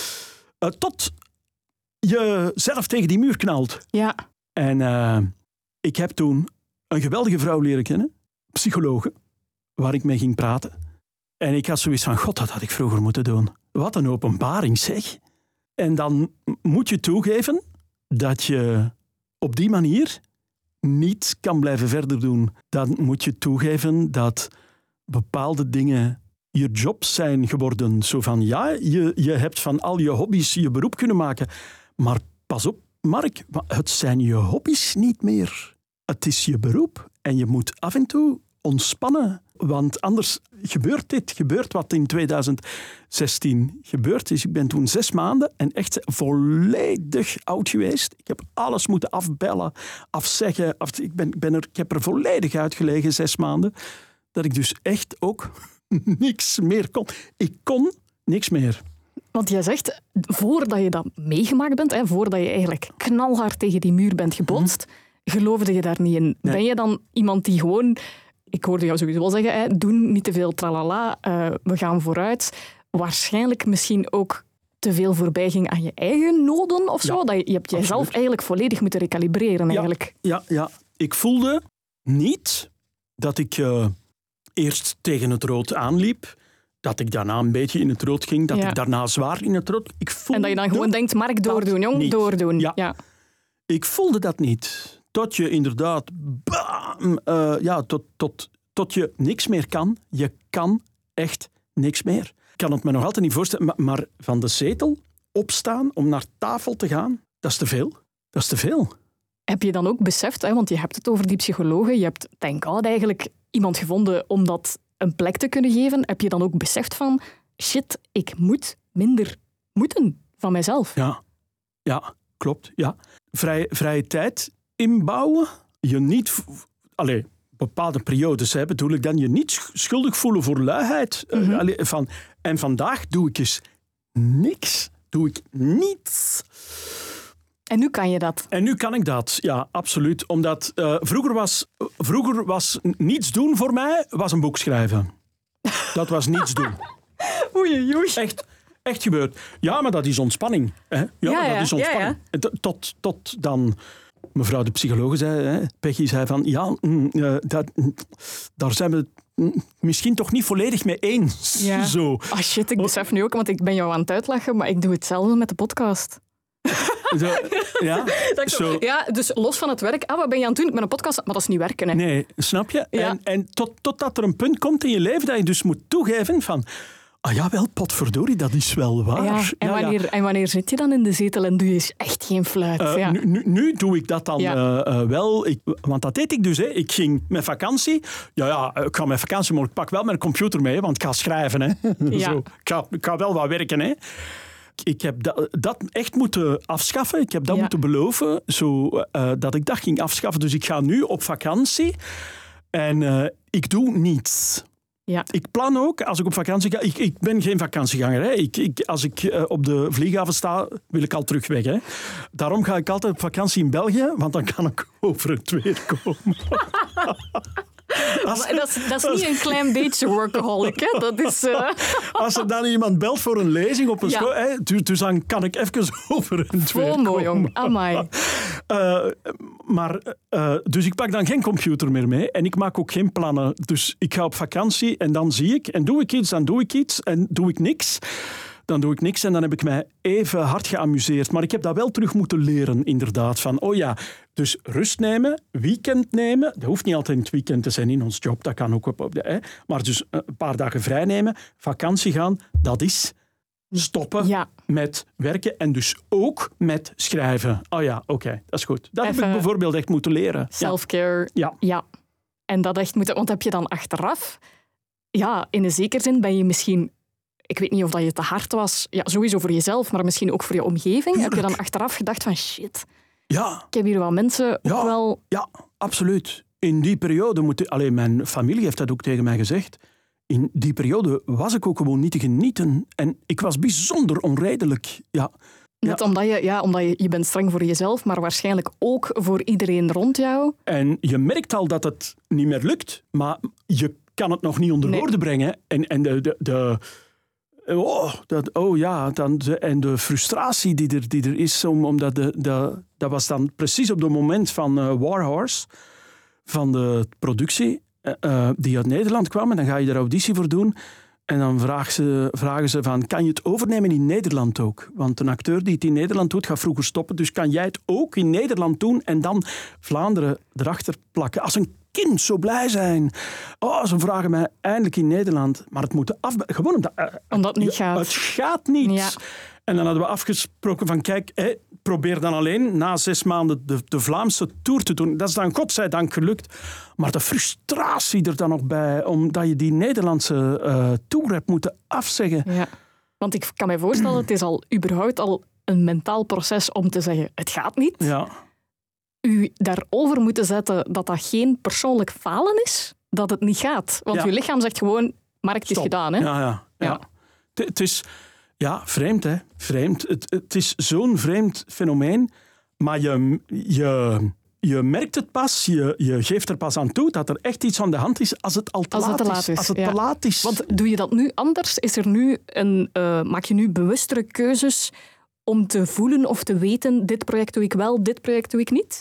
Tot je zelf tegen die muur knalt. Ja. En ik heb toen een geweldige vrouw leren kennen, psychologe, waar ik mee ging praten. En ik had zoiets van, god, dat had ik vroeger moeten doen. Wat een openbaring, zeg. En dan moet je toegeven dat je op die manier niet kan blijven verder doen. Dan moet je toegeven dat bepaalde dingen je jobs zijn geworden. Zo van, ja, je hebt van al je hobby's je beroep kunnen maken. Maar pas op, Mark, het zijn je hobby's niet meer. Het is je beroep en je moet af en toe ontspannen. Want anders gebeurt wat in 2016 gebeurd is. Ik ben toen 6 maanden en echt volledig oud geweest. Ik heb alles moeten afbellen, afzeggen. Ik heb er volledig uitgelegen 6 maanden. Dat ik dus echt ook niks meer kon. Ik kon niks meer. Want jij zegt, voordat je dat meegemaakt bent, voordat je eigenlijk knalhard tegen die muur bent gebotst, geloofde je daar niet in. Nee. Ben je dan iemand die gewoon... Ik hoorde jou sowieso wel zeggen, doen niet te veel tralala, we gaan vooruit. Waarschijnlijk misschien ook te veel voorbij ging aan je eigen noden of zo. Dat je hebt jezelf eigenlijk volledig moeten recalibreren. Eigenlijk. Ja. Ik voelde niet dat ik eerst tegen het rood aanliep, dat ik daarna een beetje in het rood ging, dat ik daarna zwaar in het rood... En dat je dan gewoon denkt, Mark, doordoen, jong, niet. Doordoen. Ja. Ik voelde dat niet. Tot je inderdaad... tot je niks meer kan. Je kan echt niks meer. Ik kan het me nog altijd niet voorstellen, maar van de zetel opstaan om naar tafel te gaan, dat is te veel. Dat is te veel. Heb je dan ook beseft, want je hebt het over die psychologen, je hebt, thank God, eigenlijk iemand gevonden om dat een plek te kunnen geven. Heb je dan ook beseft van, shit, ik moet minder moeten van mijzelf? Ja, klopt. Ja. Vrije tijd inbouwen, je niet... bepaalde periodes bedoel ik dan, je niet schuldig voelen voor luiheid. En vandaag doe ik eens niks. Doe ik niets. En nu kan je dat? En nu kan ik dat, ja, absoluut. Omdat vroeger was niets doen voor mij, was een boek schrijven. Dat was niets doen. Oei. Echt gebeurd. Ja, maar dat is ontspanning. Hè? Ja, dat is ontspanning. Ja. Tot dan... Mevrouw de psycholoog zei, Peggy zei van, daar zijn we het misschien toch niet volledig mee eens. Ja. Zo. Oh shit, ik besef nu ook, want ik ben jou aan het uitlachen, maar ik doe hetzelfde met de podcast. Ja, dus los van het werk. Wat ben je aan het doen? Ik ben een podcast, maar dat is niet werken. Hè. Nee, snap je? Ja. En totdat er een punt komt in je leven dat je dus moet toegeven van... jawel, potverdorie, dat is wel waar. Ja, en wanneer zit je dan in de zetel en doe je echt geen fluit? Nu doe ik dat dan wel. Want dat deed ik dus. Ik ging met vakantie. Ik ga met vakantie, maar ik pak wel mijn computer mee, want ik ga schrijven. Hè. Ja. Zo. Ik ga wel wat werken. Hè. Ik heb dat echt moeten afschaffen. Ik heb dat moeten beloven, dat ik dat ging afschaffen. Dus ik ga nu op vakantie en ik doe niets. Ja. Ik plan ook, als ik op vakantie ga... Ik ben geen vakantieganger. Hè. Als ik op de vlieghaven sta, wil ik al terug weg. Hè. Daarom ga ik altijd op vakantie in België, want dan kan ik over het weer komen. Dat is niet een klein beetje workaholic. Hè? Dat is, Als er dan iemand belt voor een lezing op een school, dus dan kan ik even over het weer komen. Volmo, jong. Amai. Dus ik pak dan geen computer meer mee en ik maak ook geen plannen. Dus ik ga op vakantie en dan zie ik en doe ik iets, dan doe ik iets en doe ik niks. Dan doe ik niks en dan heb ik mij even hard geamuseerd. Maar ik heb dat wel terug moeten leren, inderdaad. Van, dus rust nemen, weekend nemen. Dat hoeft niet altijd in het weekend te zijn in ons job. Dat kan ook op de... Maar dus een paar dagen vrij nemen, vakantie gaan, dat is stoppen met werken en dus ook met schrijven. Oké, dat is goed. Dat heb ik bijvoorbeeld echt moeten leren. Self-care. Ja. En dat echt moeten... Want heb je dan achteraf... Ja, in een zekere zin ben je misschien... Ik weet niet of dat je te hard was. Ja, sowieso voor jezelf, maar misschien ook voor je omgeving. Heb je dan achteraf gedacht van shit, ik heb hier wel mensen ook wel... Ja, absoluut. In die periode mijn familie heeft dat ook tegen mij gezegd. In die periode was ik ook gewoon niet te genieten. En ik was bijzonder onredelijk. Ja. Net omdat je bent streng voor jezelf, maar waarschijnlijk ook voor iedereen rond jou. En je merkt al dat het niet meer lukt, maar je kan het nog niet onder woorden brengen. En en de frustratie die er is, omdat dat was dan precies op het moment van Warhorse, van de productie, die uit Nederland kwam. En dan ga je er auditie voor doen. En dan vragen ze van, kan je het overnemen in Nederland ook? Want een acteur die het in Nederland doet, gaat vroeger stoppen. Dus kan jij het ook in Nederland doen en dan Vlaanderen erachter plakken? Als een kind zo blij zijn. Oh, ze vragen mij eindelijk in Nederland. Maar het moet gewoon omdat het niet gaat. Het gaat niet. Ja. En dan hadden we afgesproken van, kijk, probeer dan alleen na 6 maanden de Vlaamse tour te doen. Dat is dan godzijdank gelukt. Maar de frustratie er dan nog bij, omdat je die Nederlandse tour hebt moeten afzeggen. Ja. Want ik kan me voorstellen, het is al überhaupt al een mentaal proces om te zeggen, het gaat niet. Ja. U daarover moeten zetten dat dat geen persoonlijk falen is, dat het niet gaat. Want uw lichaam zegt gewoon, markt is gedaan. Hè? Ja. Het is... Ja, vreemd, hè. Vreemd. Het is zo'n vreemd fenomeen, maar je merkt het pas, je geeft er pas aan toe dat er echt iets aan de hand is als het al te laat is. Als het te laat is. Want doe je dat nu anders? Is er nu maak je nu bewustere keuzes om te voelen of te weten, dit project doe ik wel, dit project doe ik niet?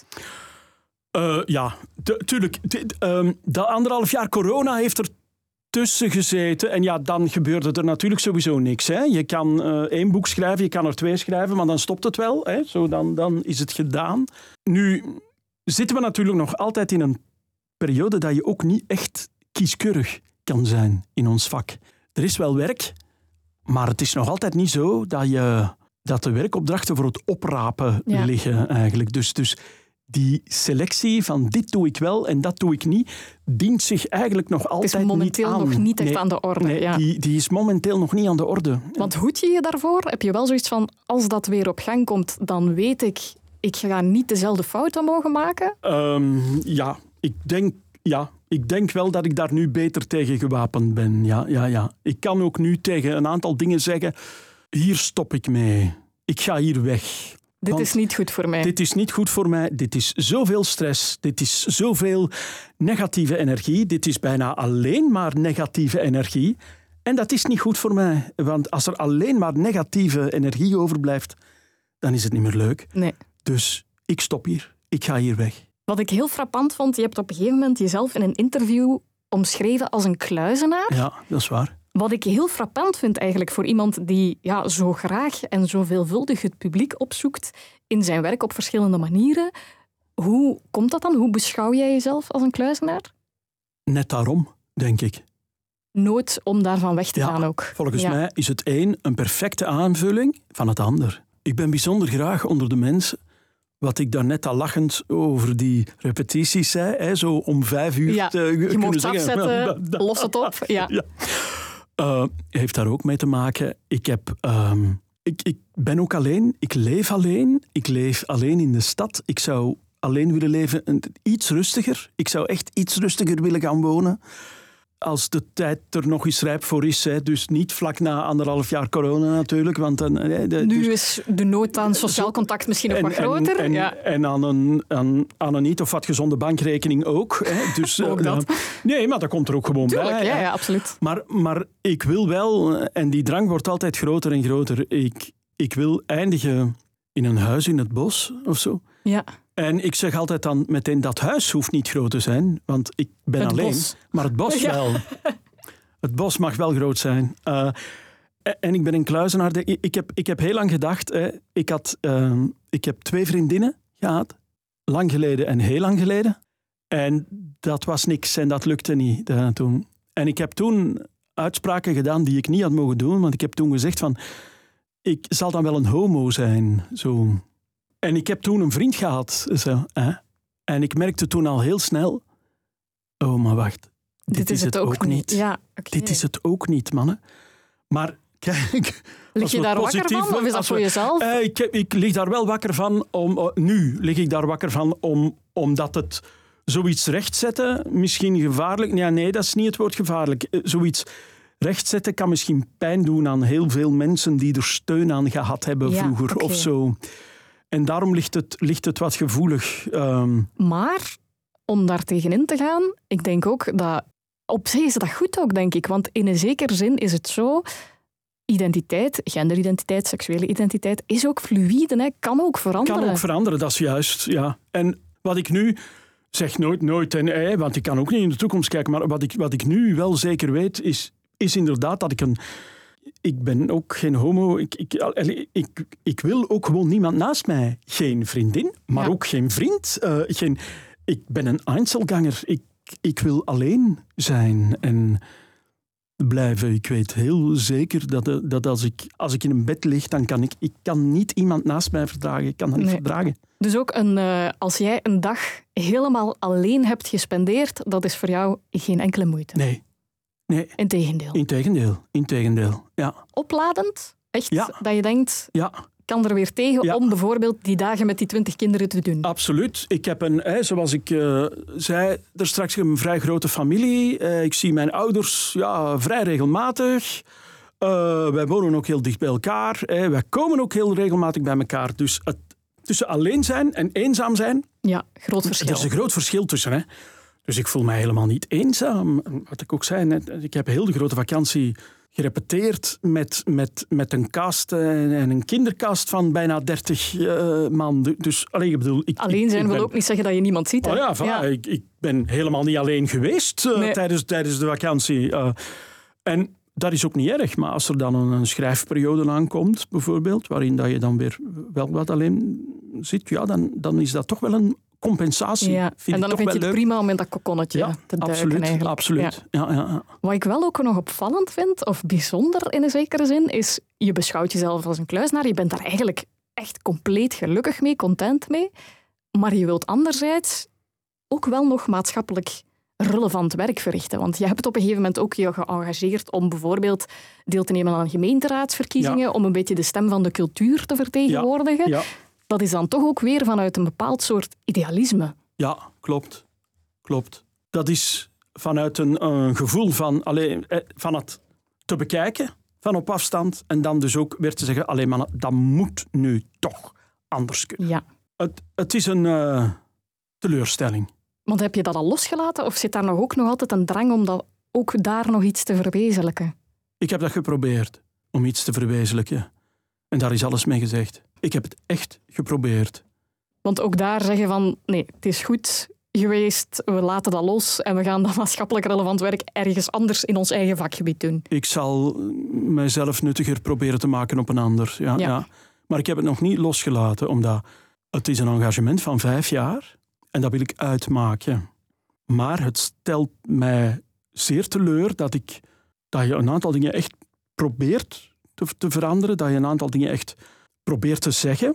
Tuurlijk. Dat 1,5 jaar corona heeft er tussen gezeten. En ja, dan gebeurde er natuurlijk sowieso niks. Hè. Je kan 1 boek schrijven, je kan er 2 schrijven, maar dan stopt het wel. Hè. Zo, dan is het gedaan. Nu zitten we natuurlijk nog altijd in een periode dat je ook niet echt kieskeurig kan zijn in ons vak. Er is wel werk, maar het is nog altijd niet zo dat de werkopdrachten voor het oprapen liggen eigenlijk. Dus die selectie van dit doe ik wel en dat doe ik niet, dient zich eigenlijk nog altijd niet aan. Het is momenteel nog niet echt aan de orde. Nee, die is momenteel nog niet aan de orde. Want hoed je daarvoor? Heb je wel zoiets van, als dat weer op gang komt, dan weet ik ga niet dezelfde fouten mogen maken? Ik denk wel dat ik daar nu beter tegen gewapend ben. Ja. Ik kan ook nu tegen een aantal dingen zeggen, hier stop ik mee. Ik ga hier weg. Dit is niet goed voor mij. Dit is niet goed voor mij. Dit is zoveel stress. Dit is zoveel negatieve energie. Dit is bijna alleen maar negatieve energie. En dat is niet goed voor mij. Want als er alleen maar negatieve energie overblijft, dan is het niet meer leuk. Nee. Dus ik stop hier. Ik ga hier weg. Wat ik heel frappant vond, je hebt op een gegeven moment jezelf in een interview omschreven als een kluizenaar. Ja, dat is waar. Wat ik heel frappant vind eigenlijk voor iemand die zo graag en zo veelvuldig het publiek opzoekt in zijn werk op verschillende manieren. Hoe komt dat dan? Hoe beschouw jij jezelf als een kluizenaar? Net daarom, denk ik. Nooit om daarvan weg te gaan ook. Volgens mij is het een perfecte aanvulling van het ander. Ik ben bijzonder graag onder de mensen. Wat ik daarnet al lachend over die repetities zei, hè, zo om 5 uur te je mocht afzetten, los het op. Ja. Heeft daar ook mee te maken. Ik ben ook alleen, ik leef alleen. Ik leef alleen in de stad. Ik zou alleen willen leven, iets rustiger. Ik zou echt iets rustiger willen gaan wonen. Als de tijd er nog eens rijp voor is. Hè. Dus niet vlak na 1,5 jaar corona natuurlijk. Want nu is de nood aan sociaal contact misschien nog wat groter. En aan een niet of wat gezonde bankrekening ook. Hè. Dus, ook dat. Nee, maar dat komt er ook gewoon bij. Ja, absoluut. Maar ik wil wel, en die drang wordt altijd groter en groter. Ik wil eindigen in een huis in het bos of zo. Ja. En ik zeg altijd dan meteen, dat huis hoeft niet groot te zijn, want ik ben het alleen. Bos. Maar het bos wel. Het bos mag wel groot zijn. En ik ben een kluizenaar. Ik heb heel lang gedacht, ik heb 2 vriendinnen gehad. Lang geleden en heel lang geleden. En dat was niks en dat lukte niet toen. En ik heb toen uitspraken gedaan die ik niet had mogen doen, want ik heb toen gezegd van, ik zal dan wel een homo zijn, zo. En ik heb toen een vriend gehad. Zo, hè? En ik merkte toen al heel snel, oh, maar wacht. Dit is het ook niet. Ja, okay. Dit is het ook niet, mannen. Maar kijk... Lig je daar wakker van? Of is dat voor jezelf? Ik lig daar wel wakker van. Nu lig ik daar wakker van omdat het zoiets rechtzetten misschien gevaarlijk... Nee, dat is niet het woord gevaarlijk. Zoiets rechtzetten kan misschien pijn doen aan heel veel mensen die er steun aan gehad hebben vroeger of zo. En daarom ligt het wat gevoelig. Maar om daar tegenin te gaan, ik denk ook dat... Op zich is dat goed ook, denk ik. Want in een zekere zin is het zo... Identiteit, genderidentiteit, seksuele identiteit is ook fluïde, hè? Kan ook veranderen. Kan ook veranderen, dat is juist, ja. En wat ik nu... Zeg nooit en want ik kan ook niet in de toekomst kijken, maar wat ik nu wel zeker weet is... is inderdaad dat ik ben ook geen homo. Ik wil ook gewoon niemand naast mij. Geen vriendin, maar ook geen vriend. Ik ben een Einzelganger. Ik wil alleen zijn en blijven. Ik weet heel zeker dat als ik in een bed lig, dan kan ik kan niet iemand naast mij verdragen. Ik kan dat niet verdragen. Dus ook als jij een dag helemaal alleen hebt gespendeerd, dat is voor jou geen enkele moeite? Nee. Integendeel, ja. Opladend? Echt? Ja. Dat je denkt, kan er weer tegen om bijvoorbeeld die dagen met die 20 kinderen te doen? Absoluut. Ik heb zoals ik zei, er straks een vrij grote familie. Ik zie mijn ouders vrij regelmatig. Wij wonen ook heel dicht bij elkaar. Wij komen ook heel regelmatig bij elkaar. Dus tussen alleen zijn en eenzaam zijn... Ja, groot verschil. Er is een groot verschil tussen, hè. Dus ik voel mij helemaal niet eenzaam. Wat ik ook zei net, ik heb heel de grote vakantie gerepeteerd met een cast en een kindercast van bijna 30 man. Dus ik bedoel... Alleen zijn wil ook niet zeggen dat je niemand ziet. Hè? Oh ja, voilà. Ik ben helemaal niet alleen geweest tijdens de vakantie. En dat is ook niet erg, maar als er dan een schrijfperiode aankomt, bijvoorbeeld, waarin dat je dan weer wel wat alleen zit, dan is dat toch wel een compensatie. Ja. En dan vind je het prima om in dat kokonnetje te duiken eigenlijk. Absoluut. Ja. Wat ik wel ook nog opvallend vind, of bijzonder in een zekere zin, is je beschouwt jezelf als een kluizenaar. Je bent daar eigenlijk echt compleet gelukkig mee, content mee. Maar je wilt anderzijds ook wel nog maatschappelijk relevant werk verrichten. Want je hebt op een gegeven moment ook je geëngageerd om bijvoorbeeld deel te nemen aan gemeenteraadsverkiezingen, om een beetje de stem van de cultuur te vertegenwoordigen. Ja. Dat is dan toch ook weer vanuit een bepaald soort idealisme. Ja, klopt. Dat is vanuit een gevoel van het te bekijken, van op afstand, en dan dus ook weer te zeggen, man, dat moet nu toch anders kunnen. Ja. Het is een teleurstelling. Want heb je dat al losgelaten of zit daar ook nog altijd een drang om dat ook daar nog iets te verwezenlijken? Ik heb dat geprobeerd, om iets te verwezenlijken. En daar is alles mee gezegd. Ik heb het echt geprobeerd. Want ook daar zeggen van, nee, het is goed geweest, we laten dat los en we gaan dat maatschappelijk relevant werk ergens anders in ons eigen vakgebied doen. Ik zal mijzelf nuttiger proberen te maken op een ander. Ja. Maar ik heb het nog niet losgelaten, omdat het is een engagement van 5 jaar en dat wil ik uitmaken. Maar het stelt mij zeer teleur dat je een aantal dingen echt probeert te veranderen, dat je een aantal dingen echt probeert te zeggen.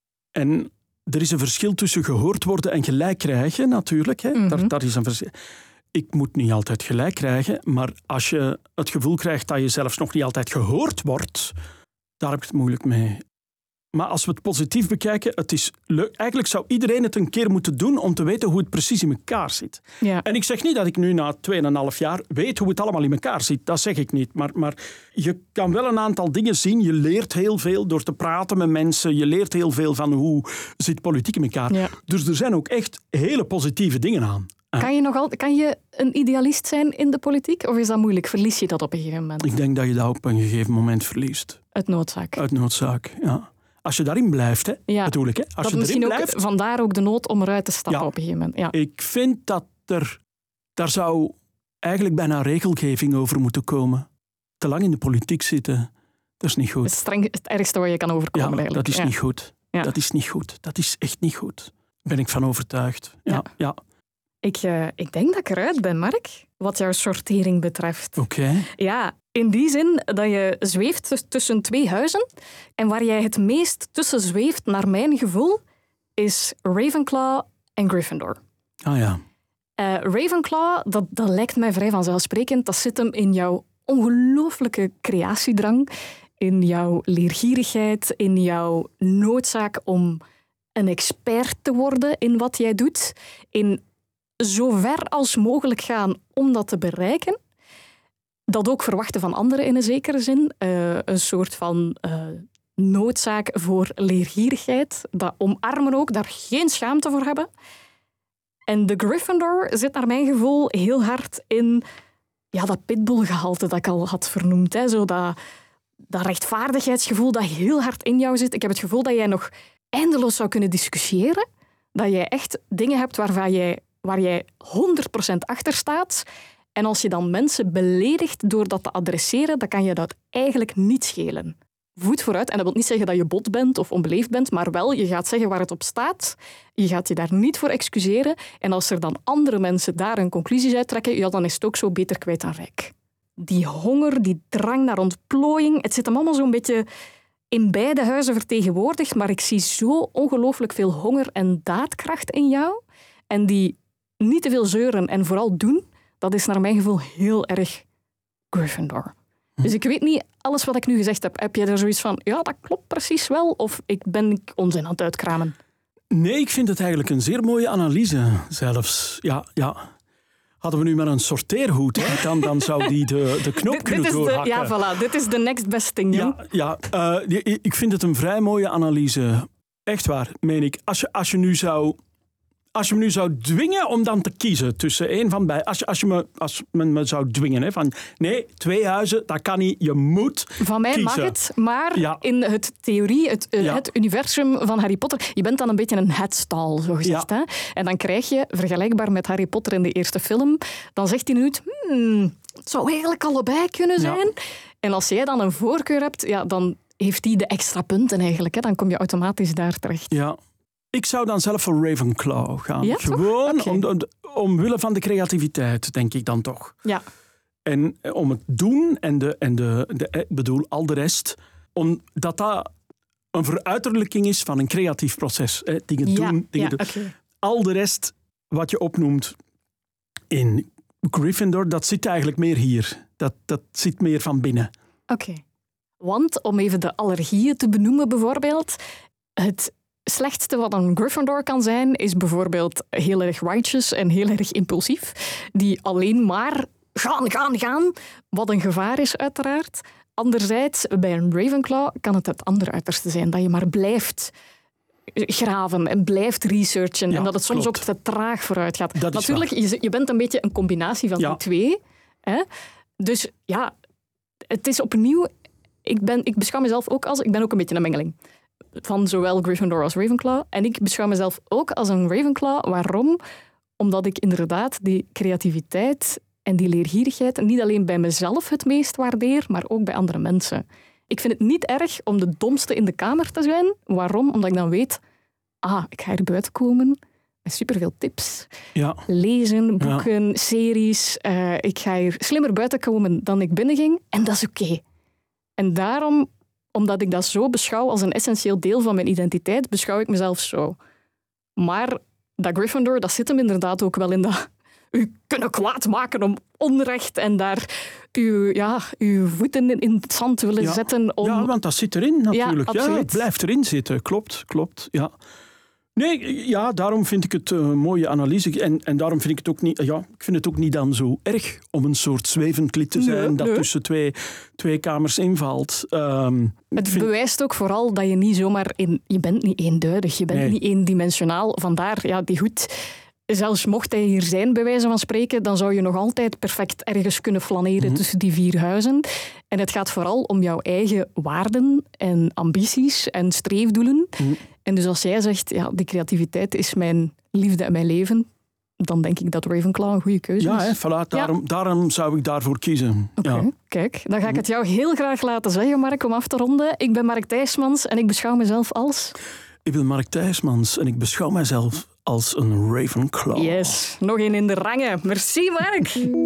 En er is een verschil tussen gehoord worden en gelijk krijgen, natuurlijk. Hè. Mm-hmm. Daar is een verschil. Ik moet niet altijd gelijk krijgen, maar als je het gevoel krijgt dat je zelfs nog niet altijd gehoord wordt, daar heb ik het moeilijk mee. Maar als we het positief bekijken, het is leuk. Eigenlijk zou iedereen het een keer moeten doen om te weten hoe het precies in elkaar zit. Ja. En ik zeg niet dat ik nu na 2,5 jaar weet hoe het allemaal in elkaar zit. Dat zeg ik niet. Maar je kan wel een aantal dingen zien. Je leert heel veel door te praten met mensen. Je leert heel veel van hoe zit politiek in elkaar. Ja. Dus er zijn ook echt hele positieve dingen aan. Kan je een idealist zijn in de politiek? Of is dat moeilijk? Verlies je dat op een gegeven moment? Ik denk dat je dat op een gegeven moment verliest. Uit noodzaak. Uit noodzaak, ja. Als je daarin blijft, bedoel ik. Hè? Als dat je misschien erin ook blijft, vandaar ook de nood om eruit te stappen op een gegeven moment. Ja. Ik vind dat daar zou eigenlijk bijna regelgeving over moeten komen. Te lang in de politiek zitten, dat is niet goed. Het is het ergste waar je kan overkomen eigenlijk. Dat is niet goed. Ja. Dat is niet goed. Dat is echt niet goed. Daar ben ik van overtuigd. Ja. Ik denk dat ik eruit ben, Mark, wat jouw sortering betreft. Oké. Ja, in die zin dat je zweeft tussen 2 huizen. En waar jij het meest tussen zweeft, naar mijn gevoel, is Ravenclaw en Gryffindor. Ah ja. Ravenclaw, dat lijkt mij vrij vanzelfsprekend. Dat zit hem in jouw ongelooflijke creatiedrang, in jouw leergierigheid, in jouw noodzaak om een expert te worden in wat jij doet, in zo ver als mogelijk gaan om dat te bereiken. Dat ook verwachten van anderen in een zekere zin. Een soort van noodzaak voor leergierigheid. Dat omarmen ook, daar geen schaamte voor hebben. En de Gryffindor zit naar mijn gevoel heel hard in dat pitbullgehalte dat ik al had vernoemd. Hè. Zo dat rechtvaardigheidsgevoel dat heel hard in jou zit. Ik heb het gevoel dat jij nog eindeloos zou kunnen discussiëren. Dat jij echt dingen hebt waar jij 100% achter staat. En als je dan mensen beledigt door dat te adresseren, dan kan je dat eigenlijk niet schelen. Voet vooruit. En dat wil niet zeggen dat je bot bent of onbeleefd bent, maar wel, je gaat zeggen waar het op staat. Je gaat je daar niet voor excuseren. En als er dan andere mensen daar hun conclusies uittrekken, ja, dan is het ook zo beter kwijt dan rijk. Die honger, die drang naar ontplooiing, het zit hem allemaal zo'n beetje in beide huizen vertegenwoordigd, maar ik zie zo ongelooflijk veel honger en daadkracht in jou. En die niet te veel zeuren en vooral doen, dat is naar mijn gevoel heel erg Gryffindor. Dus ik weet niet, alles wat ik nu gezegd heb, heb jij er zoiets van, ja, dat klopt precies wel, of ben ik onzin aan het uitkramen? Nee, ik vind het eigenlijk een zeer mooie analyse zelfs. Ja. Hadden we nu maar een sorteerhoed, hè, dan zou die de knop kunnen doorhakken. Ja, voilà, dit is de next best thing. Ik vind het een vrij mooie analyse. Echt waar, meen ik. Als je me nu zou dwingen om dan te kiezen tussen één van beiden. Als men me zou dwingen, hè, van nee, 2 huizen, dat kan niet, je moet van mij kiezen. mag het, maar in het theorie, het universum van Harry Potter, je bent dan een beetje een headstal, zo gezegd. Hè? En dan krijg je, vergelijkbaar met Harry Potter in de eerste film, dan zegt hij nu, het zou eigenlijk allebei kunnen zijn. Ja. En als jij dan een voorkeur hebt, ja, dan heeft die de extra punten eigenlijk. Hè? Dan kom je automatisch daar terecht. Ja. Ik zou dan zelf voor Ravenclaw gaan. Ja, gewoon omwille van de creativiteit, denk ik dan toch. Ja. En om het doen ik bedoel, al de rest, omdat dat een veruiterlijking is van een creatief proces. Hè. Dingen doen. Okay. Al de rest, wat je opnoemt in Gryffindor, dat zit eigenlijk meer hier. Dat zit meer van binnen. Oké. Want, om even de allergieën te benoemen bijvoorbeeld, het slechtste wat een Gryffindor kan zijn, is bijvoorbeeld heel erg righteous en heel erg impulsief. Die alleen maar gaan, wat een gevaar is uiteraard. Anderzijds, bij een Ravenclaw kan het andere uiterste zijn, dat je maar blijft graven en blijft researchen en dat het soms ook te traag vooruit gaat. Natuurlijk, je bent een beetje een combinatie van die twee. Hè? Dus ja, het is opnieuw... Ik beschouw mezelf ook ik ben ook een beetje een mengeling van zowel Gryffindor als Ravenclaw. En ik beschouw mezelf ook als een Ravenclaw. Waarom? Omdat ik inderdaad die creativiteit en die leergierigheid niet alleen bij mezelf het meest waardeer, maar ook bij andere mensen. Ik vind het niet erg om de domste in de kamer te zijn. Waarom? Omdat ik dan weet, ik ga hier buiten komen met superveel tips. Ja. Lezen, boeken, series. Ik ga hier slimmer buiten komen dan ik binnenging. En dat is oké. En daarom, omdat ik dat zo beschouw als een essentieel deel van mijn identiteit, beschouw ik mezelf zo. Maar dat Gryffindor, dat zit hem inderdaad ook wel in dat u kunnen kwaad maken om onrecht en daar uw voeten in het zand willen zetten. Ja, want dat zit erin natuurlijk. Ja, het blijft erin zitten. Klopt. Ja. Nee, daarom vind ik het een mooie analyse. En daarom vind ik het ook niet... Ja, ik vind het ook niet dan zo erg om een soort zwevend lid te zijn dat tussen twee kamers invalt. Het bewijst ook vooral dat je niet zomaar... Je bent niet eenduidig, je bent niet eendimensionaal. Vandaar, die hoed... Zelfs mocht hij hier zijn, bij wijze van spreken, dan zou je nog altijd perfect ergens kunnen flaneren tussen die 4 huizen. En het gaat vooral om jouw eigen waarden en ambities en streefdoelen. En dus als jij zegt, die creativiteit is mijn liefde en mijn leven, dan denk ik dat Ravenclaw een goede keuze is. Voilà, daarom zou ik daarvoor kiezen. Oké, Ja. Kijk, dan ga ik het jou heel graag laten zeggen, Mark, om af te ronden. Ik ben Mark Thijsmans en ik beschouw mezelf als... Ik ben Mark Thijsmans en ik beschouw mijzelf als een Ravenclaw. Yes, nog één in de rangen. Merci, Mark.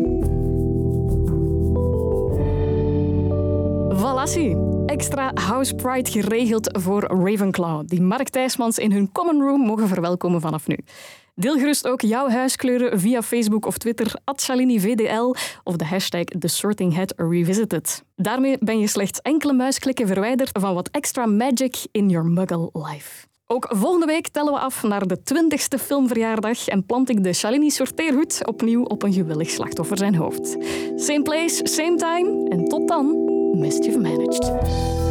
Valassie. Extra House Pride geregeld voor Ravenclaw, die Mark Thijsmans in hun common room mogen verwelkomen vanaf nu. Deel gerust ook jouw huiskleuren via Facebook of Twitter @ShaliniVDL of de hashtag TheSortingHat_Revisited. Daarmee ben je slechts enkele muisklikken verwijderd van wat extra magic in your muggle life. Ook volgende week tellen we af naar de 20e filmverjaardag en plant ik de Shalini sorteerhoed opnieuw op een gewillig slachtoffer zijn hoofd. Same place, same time en tot dan, Mischief Managed.